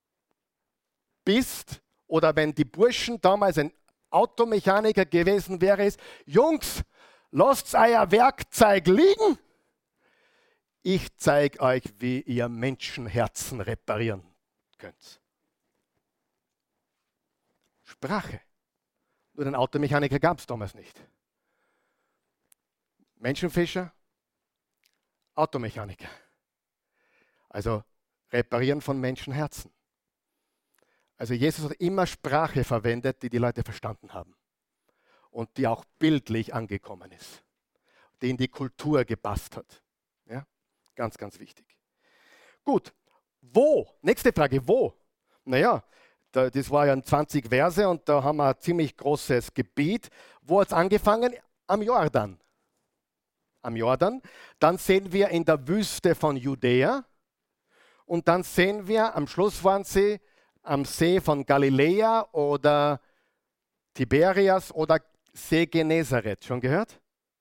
bist oder wenn die Burschen damals ein Automechaniker gewesen wäre, ist, Jungs, lasst euer Werkzeug liegen. Ich zeige euch, wie ihr Menschenherzen reparieren könnt. Sprache. Nur den Automechaniker gab es damals nicht. Menschenfischer, Automechaniker. Also reparieren von Menschenherzen. Also Jesus hat immer Sprache verwendet, die die Leute verstanden haben. Und die auch bildlich angekommen ist. Die in die Kultur gepasst hat. Ja? Ganz, ganz wichtig. Gut, wo? Nächste Frage, wo? Naja, da, das war ja zwanzig Verse und da haben wir ein ziemlich großes Gebiet. Wo hat es angefangen? Am Jordan. Am Jordan. Dann sehen wir in der Wüste von Judäa. Und dann sehen wir, am Schluss waren sie am See von Galiläa oder Tiberias oder See Genezareth. Schon gehört?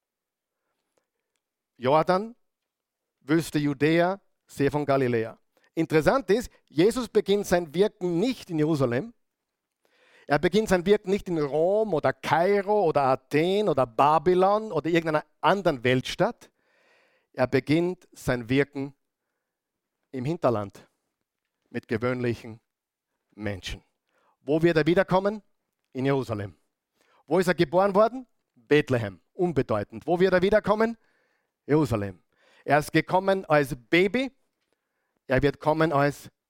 Jordan, Wüste Judäa, See von Galiläa. Interessant ist, Jesus beginnt sein Wirken nicht in Jerusalem. Er beginnt sein Wirken nicht in Rom oder Kairo oder Athen oder Babylon oder irgendeiner anderen Weltstadt. Er beginnt sein Wirken im Hinterland mit gewöhnlichen Menschen. Wo wird er wiederkommen? In Jerusalem. Wo ist er geboren worden? Bethlehem, unbedeutend. Wo wird er wiederkommen? Jerusalem. Er ist gekommen als Baby, er wird kommen als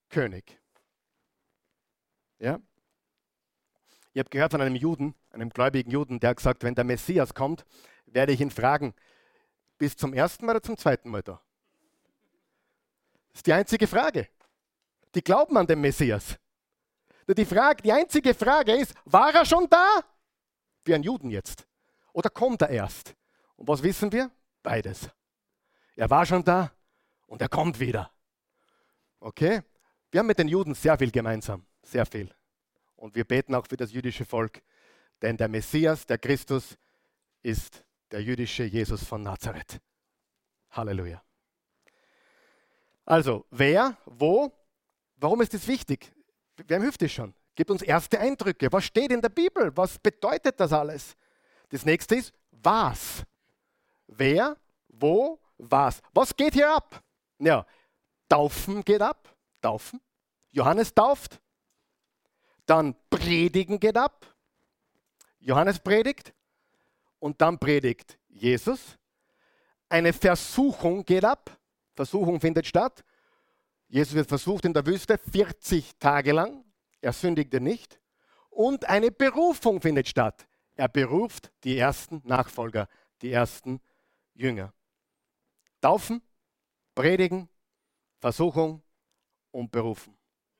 König. Ja? Ich habe gehört von einem Juden, einem gläubigen Juden, der hat gesagt, wenn der Messias kommt, werde ich ihn fragen, bist du zum ersten Mal oder zum zweiten Mal da? Das ist die einzige Frage. Die glauben an den Messias. Die, Frage, die einzige Frage ist, war er schon da? Wie ein Juden jetzt. Oder kommt er erst? Und was wissen wir? Beides. Er war schon da und er kommt wieder. Okay? Wir haben mit den Juden sehr viel gemeinsam. Sehr viel. Und wir beten auch für das jüdische Volk. Denn der Messias, der Christus, ist der jüdische Jesus von Nazareth. Halleluja. Also, wer, wo, warum ist das wichtig? Wem hilft es schon? Gibt uns erste Eindrücke. Was steht in der Bibel? Was bedeutet das alles? Das nächste ist, was? Wer, wo, was? Was geht hier ab? Ja, Taufen geht ab. Taufen. Johannes tauft. Dann Predigen geht ab. Johannes predigt. Und dann predigt Jesus. Eine Versuchung geht ab. Versuchung findet statt. Jesus wird versucht in der Wüste vierzig Tage lang. Er sündigte nicht. Und eine Berufung findet statt. Er beruft die ersten Nachfolger, die ersten Jünger. Taufen, Predigen, Versuchung und Berufen.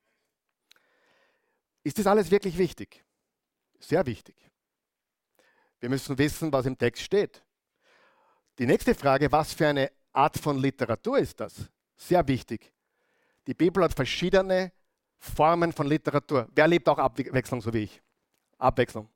Ist das alles wirklich wichtig? Sehr wichtig. Wir müssen wissen, was im Text steht. Die nächste Frage, was für eine Art von Literatur ist das? Sehr wichtig. Die Bibel hat verschiedene Formen von Literatur. Wer liebt auch Abwechslung, so wie ich? Abwechslung.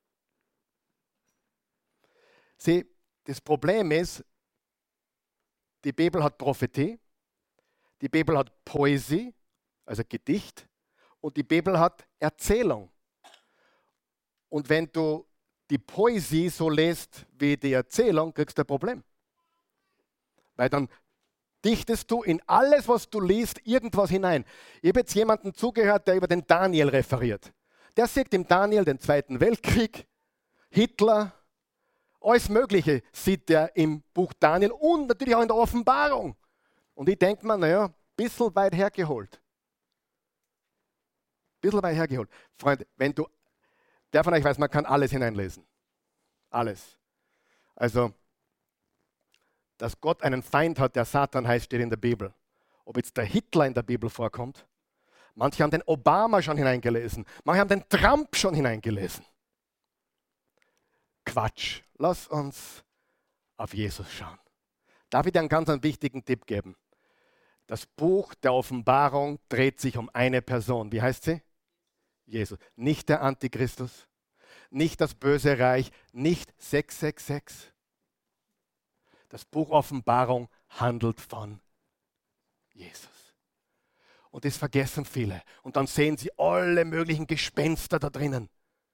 Sieh, das Problem ist, die Bibel hat Prophetie, die Bibel hat Poesie, also Gedicht, und die Bibel hat Erzählung. Und wenn du die Poesie so liest wie die Erzählung, kriegst du ein Problem. Weil dann dichtest du in alles, was du liest, irgendwas hinein. Ich habe jetzt jemanden zugehört, der über den Daniel referiert. Der sieht im Daniel den Zweiten Weltkrieg, Hitler, alles Mögliche sieht er im Buch Daniel und natürlich auch in der Offenbarung. Und ich denke mir, naja, ein bisschen weit hergeholt. Ein bisschen weit hergeholt. Freunde, wenn du, der von euch weiß, man kann alles hineinlesen. Alles. Also, dass Gott einen Feind hat, der Satan heißt, steht in der Bibel. Ob jetzt der Hitler in der Bibel vorkommt, manche haben den Obama schon hineingelesen, manche haben den Trump schon hineingelesen. Quatsch. Lass uns auf Jesus schauen. Darf ich dir einen ganz einen wichtigen Tipp geben? Das Buch der Offenbarung dreht sich um eine Person. Wie heißt sie? Jesus. Nicht der Antichristus, nicht das böse Reich, nicht sechs sechs sechs. Das Buch Offenbarung handelt von Jesus. Und das vergessen viele. Und dann sehen sie alle möglichen Gespenster da drinnen.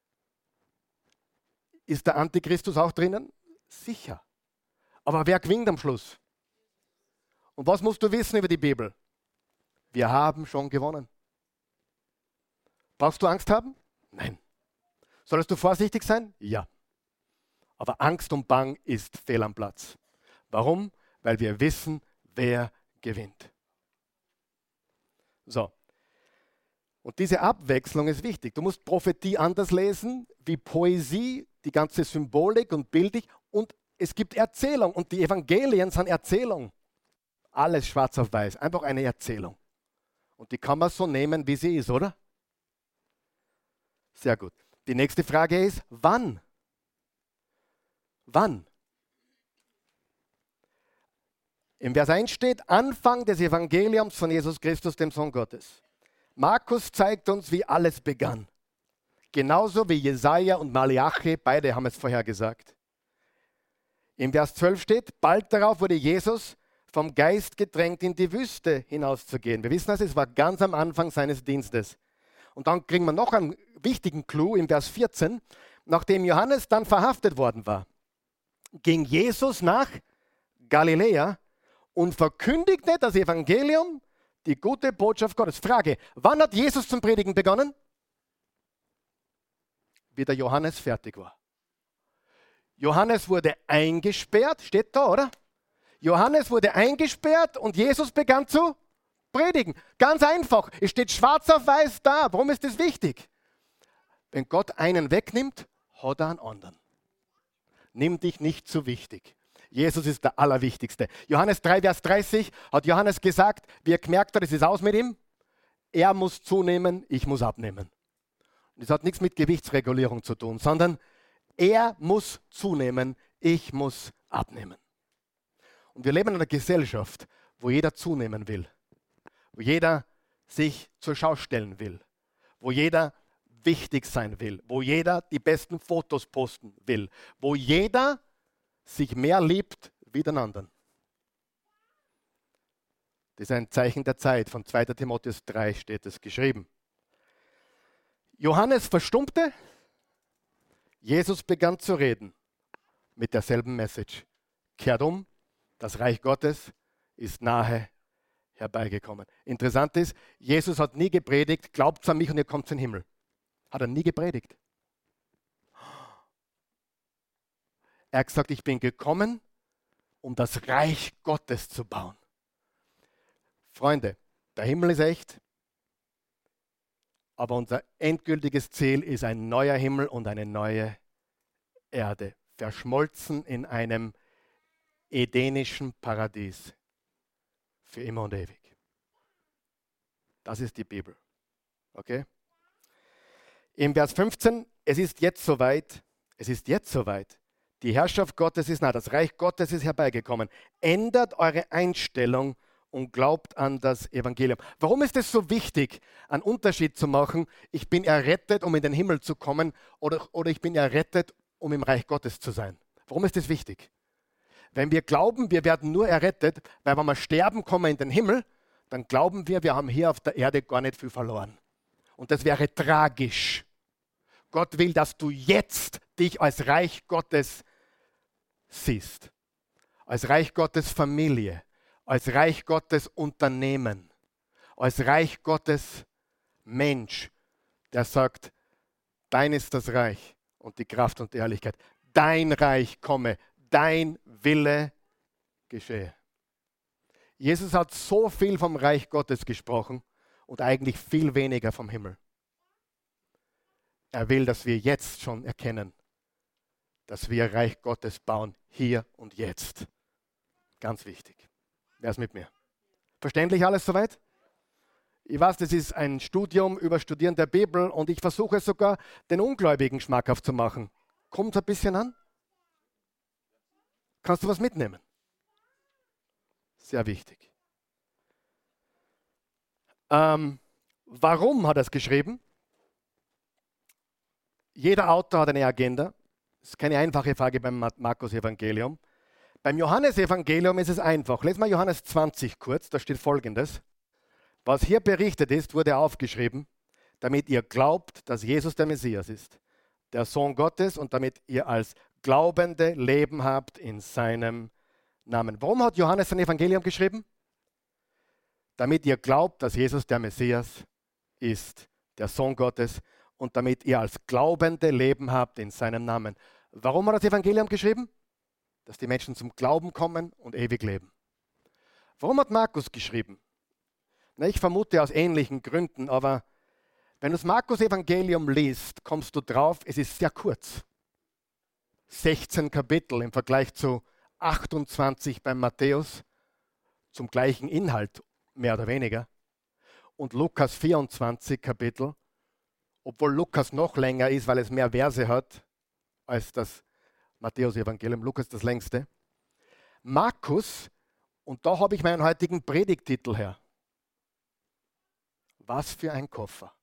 Ist der Antichristus auch drinnen? Sicher. Aber wer gewinnt am Schluss? Und was musst du wissen über die Bibel? Wir haben schon gewonnen. Brauchst du Angst haben? Nein. Solltest du vorsichtig sein? Ja. Aber Angst und Bang ist fehl am Platz. Warum? Weil wir wissen, wer gewinnt. So. Und diese Abwechslung ist wichtig. Du musst Prophetie anders lesen, wie Poesie, die ganze Symbolik und bildlich. Und es gibt Erzählung. Und die Evangelien sind Erzählung. Alles schwarz auf weiß. Einfach eine Erzählung. Und die kann man so nehmen, wie sie ist, oder? Sehr gut. Die nächste Frage ist, wann? Wann? Im Vers eins steht, Anfang des Evangeliums von Jesus Christus, dem Sohn Gottes. Markus zeigt uns, wie alles begann. Genauso wie Jesaja und Malachi, beide haben es vorher gesagt. Im Vers zwölf steht, bald darauf wurde Jesus vom Geist gedrängt, in die Wüste hinauszugehen. Wir wissen das, es war ganz am Anfang seines Dienstes. Und dann kriegen wir noch einen wichtigen Clou im Vers vierzehn. Nachdem Johannes dann verhaftet worden war, ging Jesus nach Galiläa und verkündigte das Evangelium, die gute Botschaft Gottes. Frage, wann hat Jesus zum Predigen begonnen? Wie der Johannes fertig war. Johannes wurde eingesperrt, steht da, oder? Johannes wurde eingesperrt und Jesus begann zu predigen. Ganz einfach. Es steht schwarz auf weiß da. Warum ist das wichtig? Wenn Gott einen wegnimmt, hat er einen anderen. Nimm dich nicht zu wichtig. Jesus ist der Allerwichtigste. Johannes drei, Vers dreißig hat Johannes gesagt, wie er gemerkt hat, es ist aus mit ihm. Er muss zunehmen, ich muss abnehmen. Das hat nichts mit Gewichtsregulierung zu tun, sondern er muss zunehmen, ich muss abnehmen. Und wir leben in einer Gesellschaft, wo jeder zunehmen will, wo jeder sich zur Schau stellen will, wo jeder wichtig sein will, wo jeder die besten Fotos posten will, wo jeder sich mehr liebt wie den anderen. Das ist ein Zeichen der Zeit. Von zweiter Timotheus drei steht es geschrieben. Johannes verstummte, Jesus begann zu reden mit derselben Message. Kehrt um, das Reich Gottes ist nahe herbeigekommen. Interessant ist, Jesus hat nie gepredigt, glaubt an mich und ihr kommt in den Himmel. Hat er nie gepredigt. Er hat gesagt, ich bin gekommen, um das Reich Gottes zu bauen. Freunde, der Himmel ist echt, aber unser endgültiges Ziel ist ein neuer Himmel und eine neue Erde, verschmolzen in einem edenischen Paradies für immer und ewig. Das ist die Bibel. Okay? Im Vers fünfzehn, es ist jetzt soweit, es ist jetzt soweit. Die Herrschaft Gottes ist nah, das Reich Gottes ist herbeigekommen. Ändert eure Einstellung und glaubt an das Evangelium. Warum ist es so wichtig, einen Unterschied zu machen? Ich bin errettet, um in den Himmel zu kommen, oder, oder ich bin errettet, um im Reich Gottes zu sein. Warum ist das wichtig? Wenn wir glauben, wir werden nur errettet, weil wenn wir sterben, kommen wir in den Himmel, dann glauben wir, wir haben hier auf der Erde gar nicht viel verloren. Und das wäre tragisch. Gott will, dass du jetzt dich als Reich Gottes siehst. Als Reich Gottes Familie. Als Reich Gottes Unternehmen. Als Reich Gottes Mensch, der sagt, dein ist das Reich und die Kraft und die Herrlichkeit. Dein Reich komme, dein Wille geschehe. Jesus hat so viel vom Reich Gottes gesprochen und eigentlich viel weniger vom Himmel. Er will, dass wir jetzt schon erkennen, dass wir Reich Gottes bauen, hier und jetzt. Ganz wichtig. Wer ist mit mir? Verständlich alles soweit? Ich weiß, das ist ein Studium über Studieren der Bibel und ich versuche sogar, den Ungläubigen schmackhaft zu machen. Kommt es ein bisschen an? Kannst du was mitnehmen? Sehr wichtig. Ähm, warum hat er es geschrieben? Jeder Autor hat eine Agenda. Das ist keine einfache Frage beim Markus-Evangelium. Beim Johannes-Evangelium ist es einfach. Lesen wir Johannes zwanzig kurz, da steht Folgendes. Was hier berichtet ist, wurde aufgeschrieben, damit ihr glaubt, dass Jesus der Messias ist, der Sohn Gottes, und damit ihr als Glaubende Leben habt in seinem Namen. Warum hat Johannes sein Evangelium geschrieben? Damit ihr glaubt, dass Jesus der Messias ist, der Sohn Gottes, und damit ihr als Glaubende Leben habt in seinem Namen. Warum hat er das Evangelium geschrieben? Dass die Menschen zum Glauben kommen und ewig leben. Warum hat Markus geschrieben? Na, ich vermute aus ähnlichen Gründen, aber wenn du das Markus-Evangelium liest, kommst du drauf, es ist sehr kurz. sechzehn Kapitel im Vergleich zu achtundzwanzig beim Matthäus, zum gleichen Inhalt, mehr oder weniger. Und Lukas vierundzwanzig Kapitel, obwohl Lukas noch länger ist, weil es mehr Verse hat als das Matthäus-Evangelium. Lukas das längste. Markus, und da habe ich meinen heutigen Predigtitel her. Was für ein Koffer.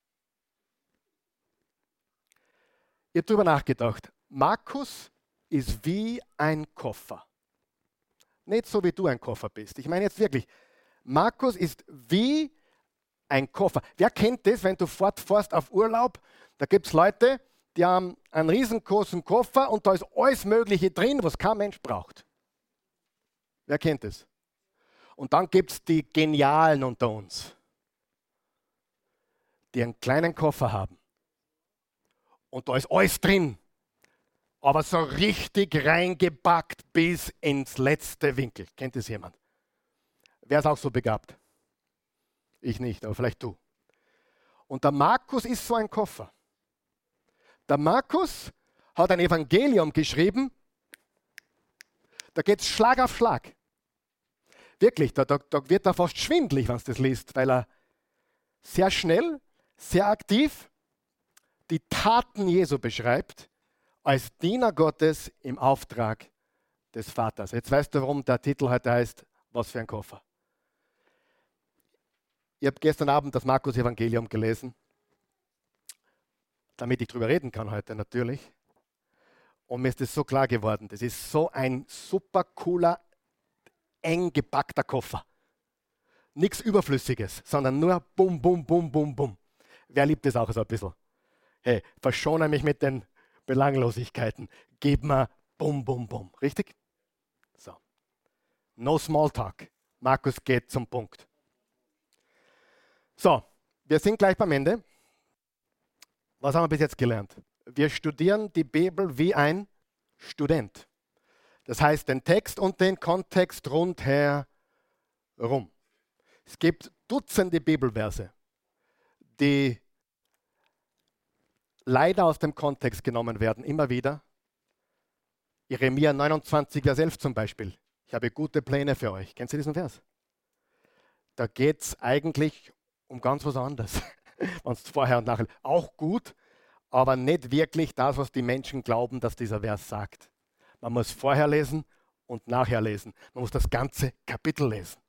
Ich habe darüber nachgedacht. Markus ist wie ein Koffer. Nicht so, wie du ein Koffer bist. Ich meine jetzt wirklich, Markus ist wie ein Koffer. Wer kennt das, wenn du fortfährst auf Urlaub? Da gibt es Leute, die haben einen riesengroßen Koffer und da ist alles Mögliche drin, was kein Mensch braucht. Wer kennt das? Und dann gibt es die Genialen unter uns, die einen kleinen Koffer haben. Und da ist alles drin, aber so richtig reingepackt bis ins letzte Winkel. Kennt das jemand? Wer ist auch so begabt? Ich nicht, aber vielleicht du. Und der Markus ist so ein Koffer. Der Markus hat ein Evangelium geschrieben, da geht es Schlag auf Schlag. Wirklich, da, da, da wird er fast schwindelig, wenn du das liest, weil er sehr schnell, sehr aktiv die Taten Jesu beschreibt, als Diener Gottes im Auftrag des Vaters. Jetzt weißt du, warum der Titel heute heißt, was für ein Koffer. Ich habe gestern Abend das Markus-Evangelium gelesen, damit ich darüber reden kann heute natürlich. Und mir ist das so klar geworden, das ist so ein super cooler, eng gepackter Koffer. Nichts Überflüssiges, sondern nur bum, bum, bum, bum, bum. Wer liebt das auch so ein bisschen? Hey, verschone mich mit den Belanglosigkeiten. Gib mir bum, bum, bum. Richtig? So. No Smalltalk. Markus geht zum Punkt. So, wir sind gleich beim Ende. Was haben wir bis jetzt gelernt? Wir studieren die Bibel wie ein Student. Das heißt, den Text und den Kontext rundherum. Es gibt Dutzende Bibelverse, die leider aus dem Kontext genommen werden, immer wieder. Jeremia neunundzwanzig, Vers elf zum Beispiel. Ich habe gute Pläne für euch. Kennst du diesen Vers? Da geht es eigentlich um ganz was anderes. Wenn es vorher und nachher auch gut, aber nicht wirklich das, was die Menschen glauben, dass dieser Vers sagt. Man muss vorher lesen und nachher lesen. Man muss das ganze Kapitel lesen.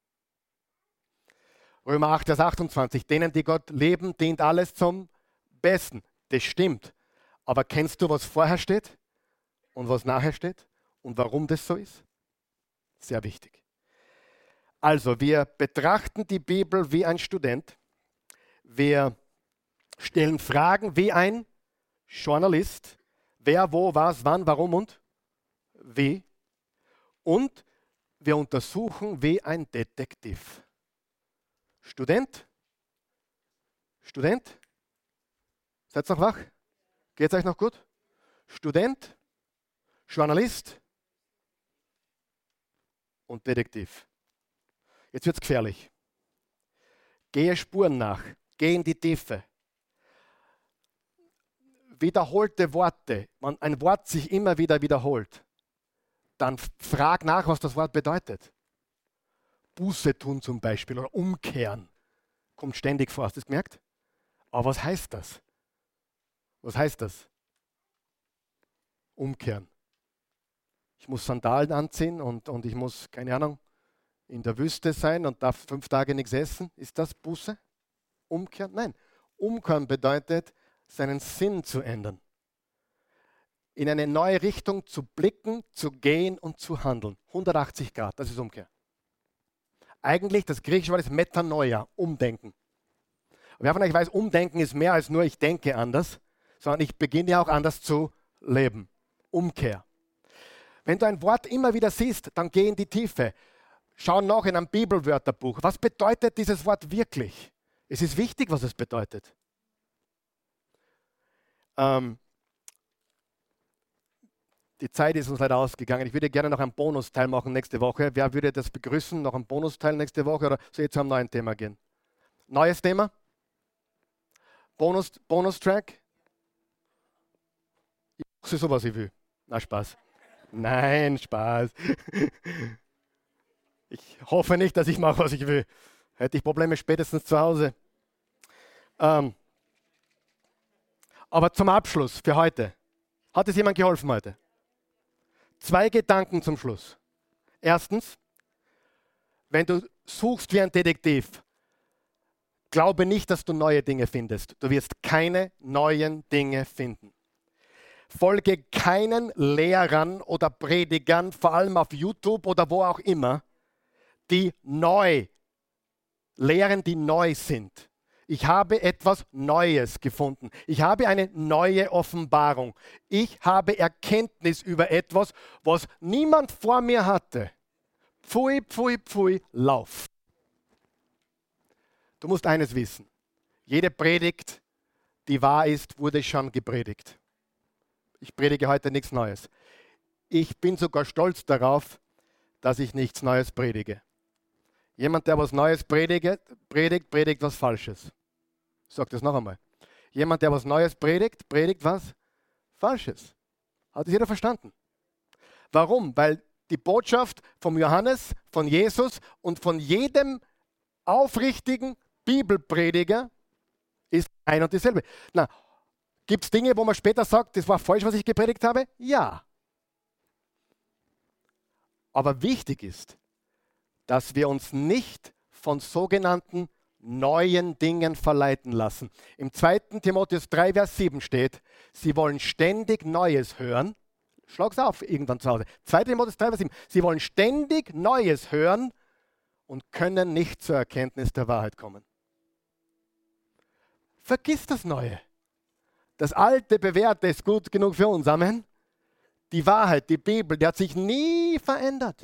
Römer acht, Vers achtundzwanzig. Denen, die Gott lieben, dient alles zum Besten. Das stimmt. Aber kennst du, was vorher steht und was nachher steht und warum das so ist? Sehr wichtig. Also, wir betrachten die Bibel wie ein Student. Wir stellen Fragen wie ein Journalist. Wer, wo, was, wann, warum und wie. Und wir untersuchen wie ein Detektiv. Student? Student? Seid ihr noch wach? Geht es euch noch gut? Student, Journalist und Detektiv. Jetzt wird es gefährlich. Gehe Spuren nach, gehe in die Tiefe. Wiederholte Worte, wenn ein Wort sich immer wieder wiederholt, dann frag nach, was das Wort bedeutet. Buße tun zum Beispiel oder umkehren. Kommt ständig vor, hast du das gemerkt? Aber was heißt das? Was heißt das? Umkehren. Ich muss Sandalen anziehen und, und ich muss, keine Ahnung, in der Wüste sein und darf fünf Tage nichts essen. Ist das Buße? Umkehren? Nein. Umkehren bedeutet, seinen Sinn zu ändern. In eine neue Richtung zu blicken, zu gehen und zu handeln. hundertachtzig Grad, das ist Umkehr. Eigentlich, das griechische Wort ist Metanoia, Umdenken. Und wer von euch weiß, Umdenken ist mehr als nur ich denke anders, sondern ich beginne auch anders zu leben. Umkehr. Wenn du ein Wort immer wieder siehst, dann geh in die Tiefe. Schau nach in einem Bibelwörterbuch. Was bedeutet dieses Wort wirklich? Es ist wichtig, was es bedeutet. Ähm, die Zeit ist uns leider ausgegangen. Ich würde gerne noch einen Bonusteil machen nächste Woche. Wer würde das begrüßen? Noch einen Bonusteil nächste Woche oder soll ich zu einem neuen Thema gehen? Neues Thema? Bonus, Bonustrack? Ich mache so, was ich will. Na, Spaß. Nein, Spaß. Ich hoffe nicht, dass ich mache, was ich will. Hätte ich Probleme spätestens zu Hause. Ähm, aber zum Abschluss für heute. Hat es jemand geholfen heute? Zwei Gedanken zum Schluss. Erstens, wenn du suchst wie ein Detektiv, glaube nicht, dass du neue Dinge findest. Du wirst keine neuen Dinge finden. Folge keinen Lehrern oder Predigern, vor allem auf YouTube oder wo auch immer, die neu lehren, die neu sind. Ich habe etwas Neues gefunden. Ich habe eine neue Offenbarung. Ich habe Erkenntnis über etwas, was niemand vor mir hatte. Pfui, pfui, pfui, lauf. Du musst eines wissen. Jede Predigt, die wahr ist, wurde schon gepredigt. Ich predige heute nichts Neues. Ich bin sogar stolz darauf, dass ich nichts Neues predige. Jemand, der was Neues predigt, predigt, predigt was Falsches. Ich sage das noch einmal. Jemand, der was Neues predigt, predigt was Falsches. Hat das jeder verstanden? Warum? Weil die Botschaft vom Johannes, von Jesus und von jedem aufrichtigen Bibelprediger ist ein und dieselbe. Na, gibt es Dinge, wo man später sagt, das war falsch, was ich gepredigt habe? Ja. Aber wichtig ist, dass wir uns nicht von sogenannten neuen Dingen verleiten lassen. Im zweiten Timotheus drei, Vers sieben steht, sie wollen ständig Neues hören. Schlag's auf irgendwann zu Hause. zweiter Timotheus drei, Vers sieben. Sie wollen ständig Neues hören und können nicht zur Erkenntnis der Wahrheit kommen. Vergiss das Neue. Das Alte, Bewährte ist gut genug für uns. Amen. Die Wahrheit, die Bibel, die hat sich nie verändert.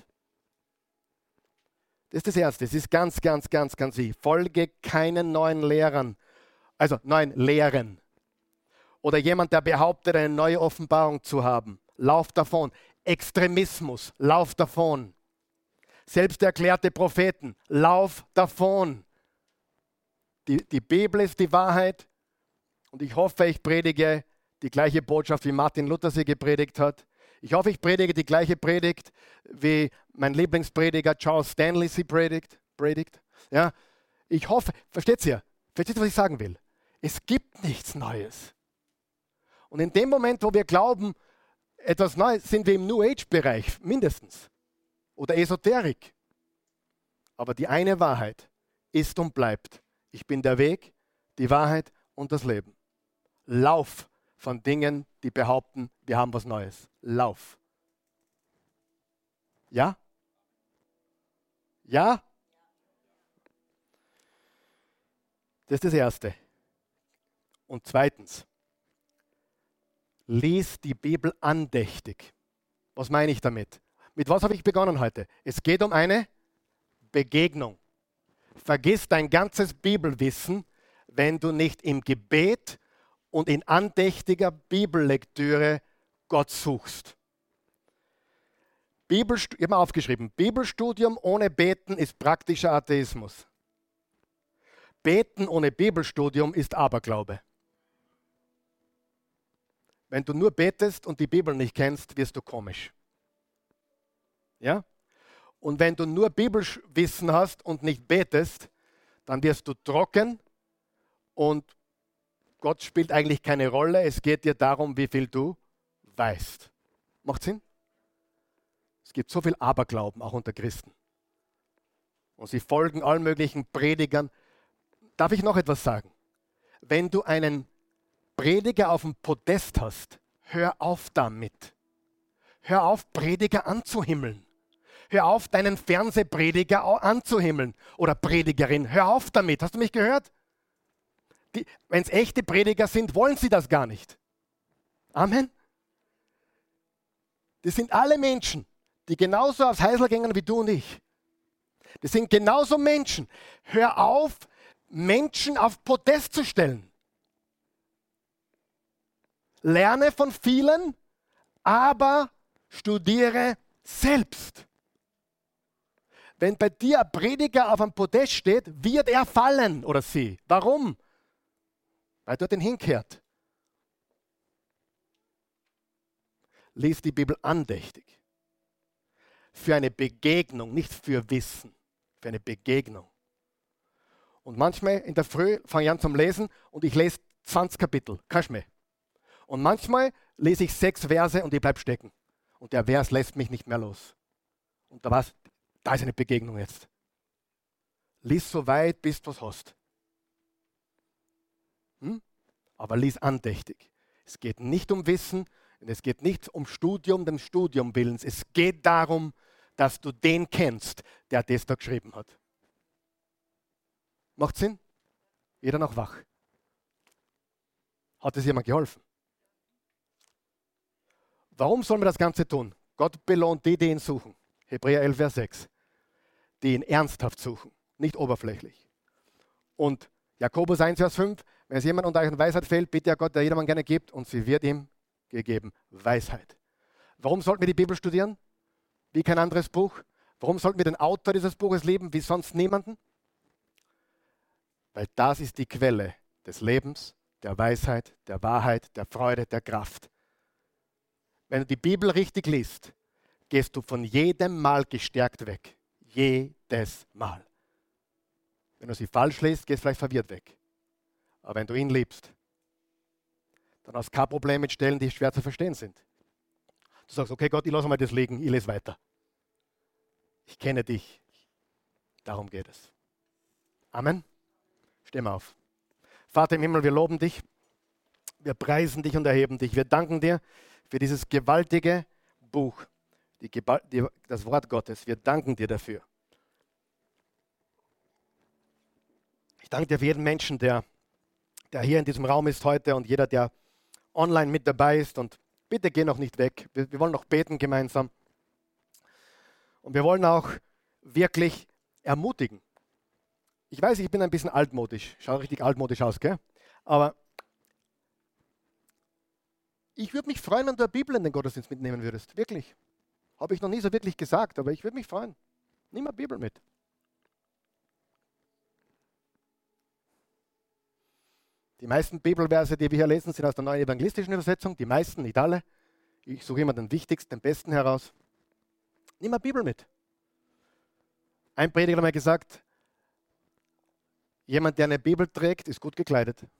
Das ist das Erste. Es ist ganz, ganz, ganz, ganz wichtig. Folge keinen neuen Lehrern, also neuen Lehren. Oder jemand, der behauptet, eine neue Offenbarung zu haben. Lauf davon. Extremismus, lauf davon. Selbsterklärte Propheten, lauf davon. Die, die Bibel ist die Wahrheit und ich hoffe, ich predige die gleiche Botschaft, wie Martin Luther sie gepredigt hat. Ich hoffe, ich predige die gleiche Predigt, wie mein Lieblingsprediger Charles Stanley sie predigt. predigt. Ja, ich hoffe, versteht ihr? Versteht ihr, was ich sagen will? Es gibt nichts Neues. Und in dem Moment, wo wir glauben, etwas Neues, sind wir im New Age-Bereich mindestens. Oder Esoterik. Aber die eine Wahrheit ist und bleibt. Ich bin der Weg, die Wahrheit und das Leben. Lauf von Dingen, die behaupten, wir haben was Neues. Lauf. Ja? Ja? Das ist das Erste. Und zweitens, lies die Bibel andächtig. Was meine ich damit? Mit was habe ich begonnen heute? Es geht um eine Begegnung. Vergiss dein ganzes Bibelwissen, wenn du nicht im Gebet und in andächtiger Bibellektüre Gott suchst. Bibelst- ich habe mal aufgeschrieben, Bibelstudium ohne Beten ist praktischer Atheismus. Beten ohne Bibelstudium ist Aberglaube. Wenn du nur betest und die Bibel nicht kennst, wirst du komisch. Ja? Und wenn du nur Bibelwissen hast und nicht betest, dann wirst du trocken und Gott spielt eigentlich keine Rolle. Es geht dir darum, wie viel du weißt. Macht Sinn? Es gibt so viel Aberglauben, auch unter Christen. Und sie folgen allen möglichen Predigern. Darf ich noch etwas sagen? Wenn du einen Prediger auf dem Podest hast, hör auf damit. Hör auf, Prediger anzuhimmeln. Hör auf, deinen Fernsehprediger anzuhimmeln. Oder Predigerin, hör auf damit. Hast du mich gehört? Wenn es echte Prediger sind, wollen sie das gar nicht. Amen. Das sind alle Menschen, die genauso aufs Heisel gingen wie du und ich. Das sind genauso Menschen. Hör auf, Menschen auf Podest zu stellen. Lerne von vielen, aber studiere selbst. Wenn bei dir ein Prediger auf einem Podest steht, wird er fallen oder sie. Warum? Weil du den hinkehrt. Lies die Bibel andächtig. Für eine Begegnung, nicht für Wissen. Für eine Begegnung. Und manchmal in der Früh fange ich an zum Lesen und ich lese zwanzig Kapitel. Kannst du mehr. Und manchmal lese ich sechs Verse und ich bleibe stecken. Und der Vers lässt mich nicht mehr los. Und da, war's, da ist eine Begegnung jetzt. Lies so weit, bis du was hast. Hm? Aber lies andächtig. Es geht nicht um Wissen und es geht nicht um Studium des Studium Willens. Es geht darum, dass du den kennst, der das da geschrieben hat. Macht Sinn? Jeder noch wach? Hat es jemand geholfen? Warum sollen wir das Ganze tun? Gott belohnt die, die ihn suchen. Hebräer elf, Vers sechs. Die ihn ernsthaft suchen, nicht oberflächlich. Und Jakobus eins, Vers fünf. Wenn es jemand unter euch an Weisheit fehlt, bitte ja Gott, der jedermann gerne gibt, und sie wird ihm gegeben. Weisheit. Warum sollten wir die Bibel studieren? Wie kein anderes Buch? Warum sollten wir den Autor dieses Buches lieben wie sonst niemanden? Weil das ist die Quelle des Lebens, der Weisheit, der Wahrheit, der Freude, der Kraft. Wenn du die Bibel richtig liest, gehst du von jedem Mal gestärkt weg. Jedes Mal. Wenn du sie falsch liest, gehst du vielleicht verwirrt weg. Aber wenn du ihn liebst, dann hast du kein Problem mit Stellen, die schwer zu verstehen sind. Du sagst, okay Gott, ich lasse mal das liegen, ich lese weiter. Ich kenne dich. Darum geht es. Amen. Steh mal auf. Vater im Himmel, wir loben dich. Wir preisen dich und erheben dich. Wir danken dir für dieses gewaltige Buch, die, die, das Wort Gottes. Wir danken dir dafür. Ich danke dir für jeden Menschen, der, der hier in diesem Raum ist heute und jeder, der online mit dabei ist. Und bitte geh noch nicht weg. Wir, wir wollen noch beten gemeinsam. Und wir wollen auch wirklich ermutigen. Ich weiß, ich bin ein bisschen altmodisch. Schau richtig altmodisch aus, gell? Aber ich würde mich freuen, wenn du eine Bibel in den Gottesdienst mitnehmen würdest. Wirklich. Habe ich noch nie so wirklich gesagt, aber ich würde mich freuen. Nimm eine Bibel mit. Die meisten Bibelverse, die wir hier lesen, sind aus der Neuen Evangelistischen Übersetzung. Die meisten, nicht alle. Ich suche immer den wichtigsten, den besten heraus. Nimm eine Bibel mit. Ein Prediger hat mir gesagt, jemand, der eine Bibel trägt, ist gut gekleidet. Ich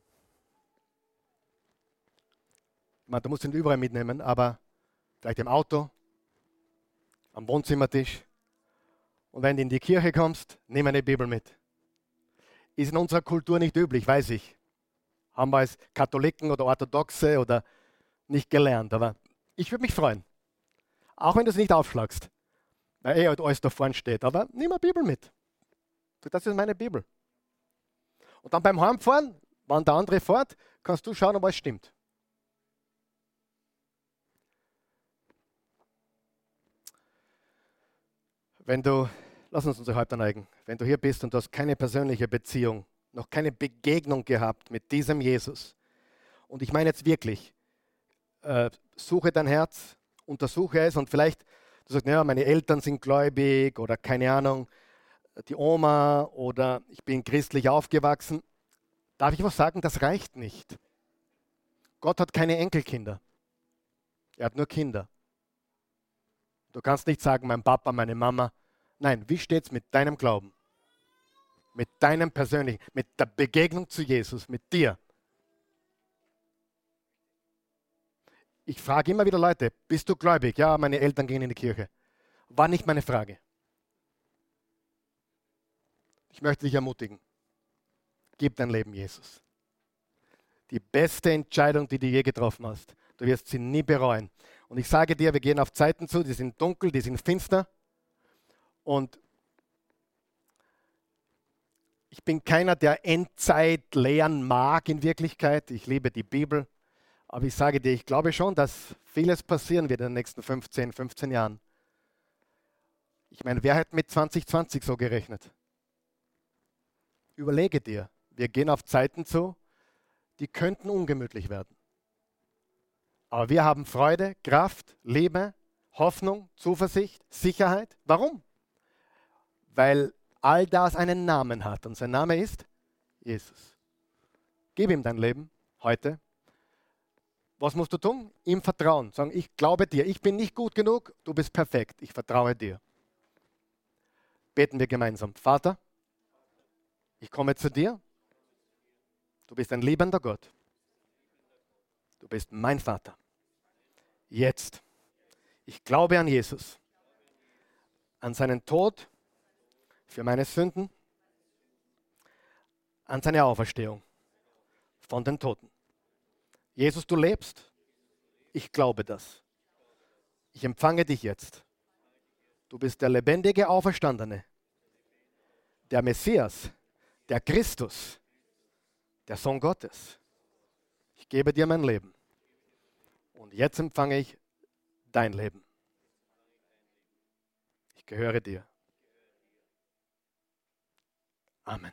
meine, du musst ihn überall mitnehmen, aber vielleicht im Auto, am Wohnzimmertisch. Und wenn du in die Kirche kommst, nimm eine Bibel mit. Ist in unserer Kultur nicht üblich, weiß ich. Haben wir als Katholiken oder Orthodoxe oder nicht gelernt. Aber ich würde mich freuen. Auch wenn du es nicht aufschlagst. Weil eh halt alles da vorne steht. Aber nimm eine Bibel mit. Das ist meine Bibel. Und dann beim Heimfahren, wenn der andere fährt, kannst du schauen, ob alles stimmt. Wenn du, lass uns unsere Häupter neigen, wenn du hier bist und du hast keine persönliche Beziehung, noch keine Begegnung gehabt mit diesem Jesus, und ich meine jetzt wirklich, äh, suche dein Herz, untersuche es und vielleicht, du sagst, naja, meine Eltern sind gläubig oder keine Ahnung, die Oma oder ich bin christlich aufgewachsen. Darf ich was sagen? Das reicht nicht. Gott hat keine Enkelkinder. Er hat nur Kinder. Du kannst nicht sagen, mein Papa, meine Mama. Nein, wie steht es mit deinem Glauben? Mit deinem persönlichen, mit der Begegnung zu Jesus, mit dir. Ich frage immer wieder Leute, bist du gläubig? Ja, meine Eltern gehen in die Kirche. War nicht meine Frage. Ich möchte dich ermutigen. Gib dein Leben Jesus. Die beste Entscheidung, die du je getroffen hast. Du wirst sie nie bereuen. Und ich sage dir, wir gehen auf Zeiten zu, die sind dunkel, die sind finster. Und ich bin keiner, der Endzeit lehren mag in Wirklichkeit. Ich liebe die Bibel. Aber ich sage dir, ich glaube schon, dass vieles passieren wird in den nächsten fünfzehn, fünfzehn Jahren. Ich meine, wer hat mit zwanzig zwanzig so gerechnet? Überlege dir, wir gehen auf Zeiten zu, die könnten ungemütlich werden. Aber wir haben Freude, Kraft, Liebe, Hoffnung, Zuversicht, Sicherheit. Warum? Weil all das einen Namen hat und sein Name ist Jesus. Gib ihm dein Leben heute. Was musst du tun? Ihm vertrauen. Sagen, ich glaube dir, ich bin nicht gut genug, du bist perfekt, ich vertraue dir. Beten wir gemeinsam. Vater, ich komme zu dir. Du bist ein liebender Gott. Du bist mein Vater. Jetzt. Ich glaube an Jesus, an seinen Tod für meine Sünden, an seine Auferstehung von den Toten. Jesus, du lebst. Ich glaube das. Ich empfange dich jetzt. Du bist der lebendige Auferstandene, der Messias, der Christus, der Sohn Gottes. Ich gebe dir mein Leben. Und jetzt empfange ich dein Leben. Ich gehöre dir. Amen.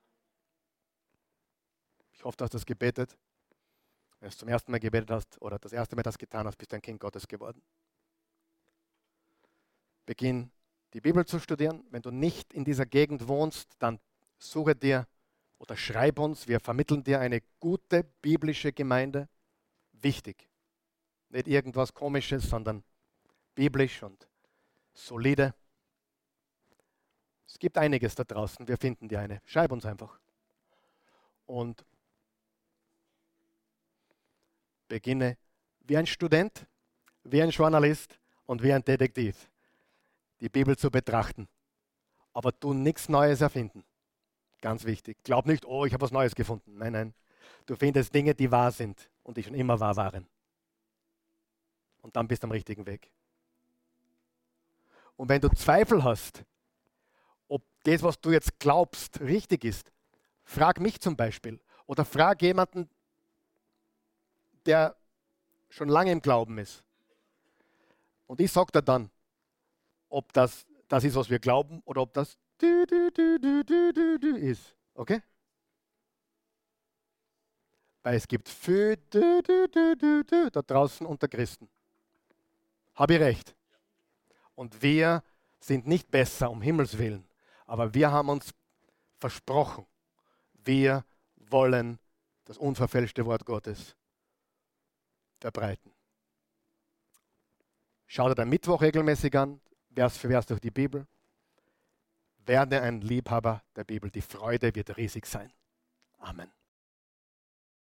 Ich hoffe, du hast das gebetet. Wenn du es zum ersten Mal gebetet hast oder das erste Mal das getan hast, bist du ein Kind Gottes geworden. Beginn die Bibel zu studieren. Wenn du nicht in dieser Gegend wohnst, dann suche dir oder schreib uns. Wir vermitteln dir eine gute biblische Gemeinde. Wichtig. Nicht irgendwas Komisches, sondern biblisch und solide. Es gibt einiges da draußen. Wir finden dir eine. Schreib uns einfach. Und beginne wie ein Student, wie ein Journalist und wie ein Detektiv die Bibel zu betrachten. Aber tu nichts Neues erfinden. Ganz wichtig. Glaub nicht, oh, ich habe was Neues gefunden. Nein, nein. Du findest Dinge, die wahr sind und die schon immer wahr waren. Und dann bist du am richtigen Weg. Und wenn du Zweifel hast, ob das, was du jetzt glaubst, richtig ist, frag mich zum Beispiel. Oder frag jemanden, der schon lange im Glauben ist. Und ich sage dir dann, ob das das ist, was wir glauben, oder ob das du, du, du, du, du, du, du ist. Okay? Weil es gibt viel du, du, du, du, du da draußen unter Christen. Habe ich recht? Und wir sind nicht besser, um Himmels Willen. Aber wir haben uns versprochen, wir wollen das unverfälschte Wort Gottes verbreiten. Schau dir den Mittwoch regelmäßig an, Vers für Vers durch die Bibel. Werde ein Liebhaber der Bibel. Die Freude wird riesig sein. Amen.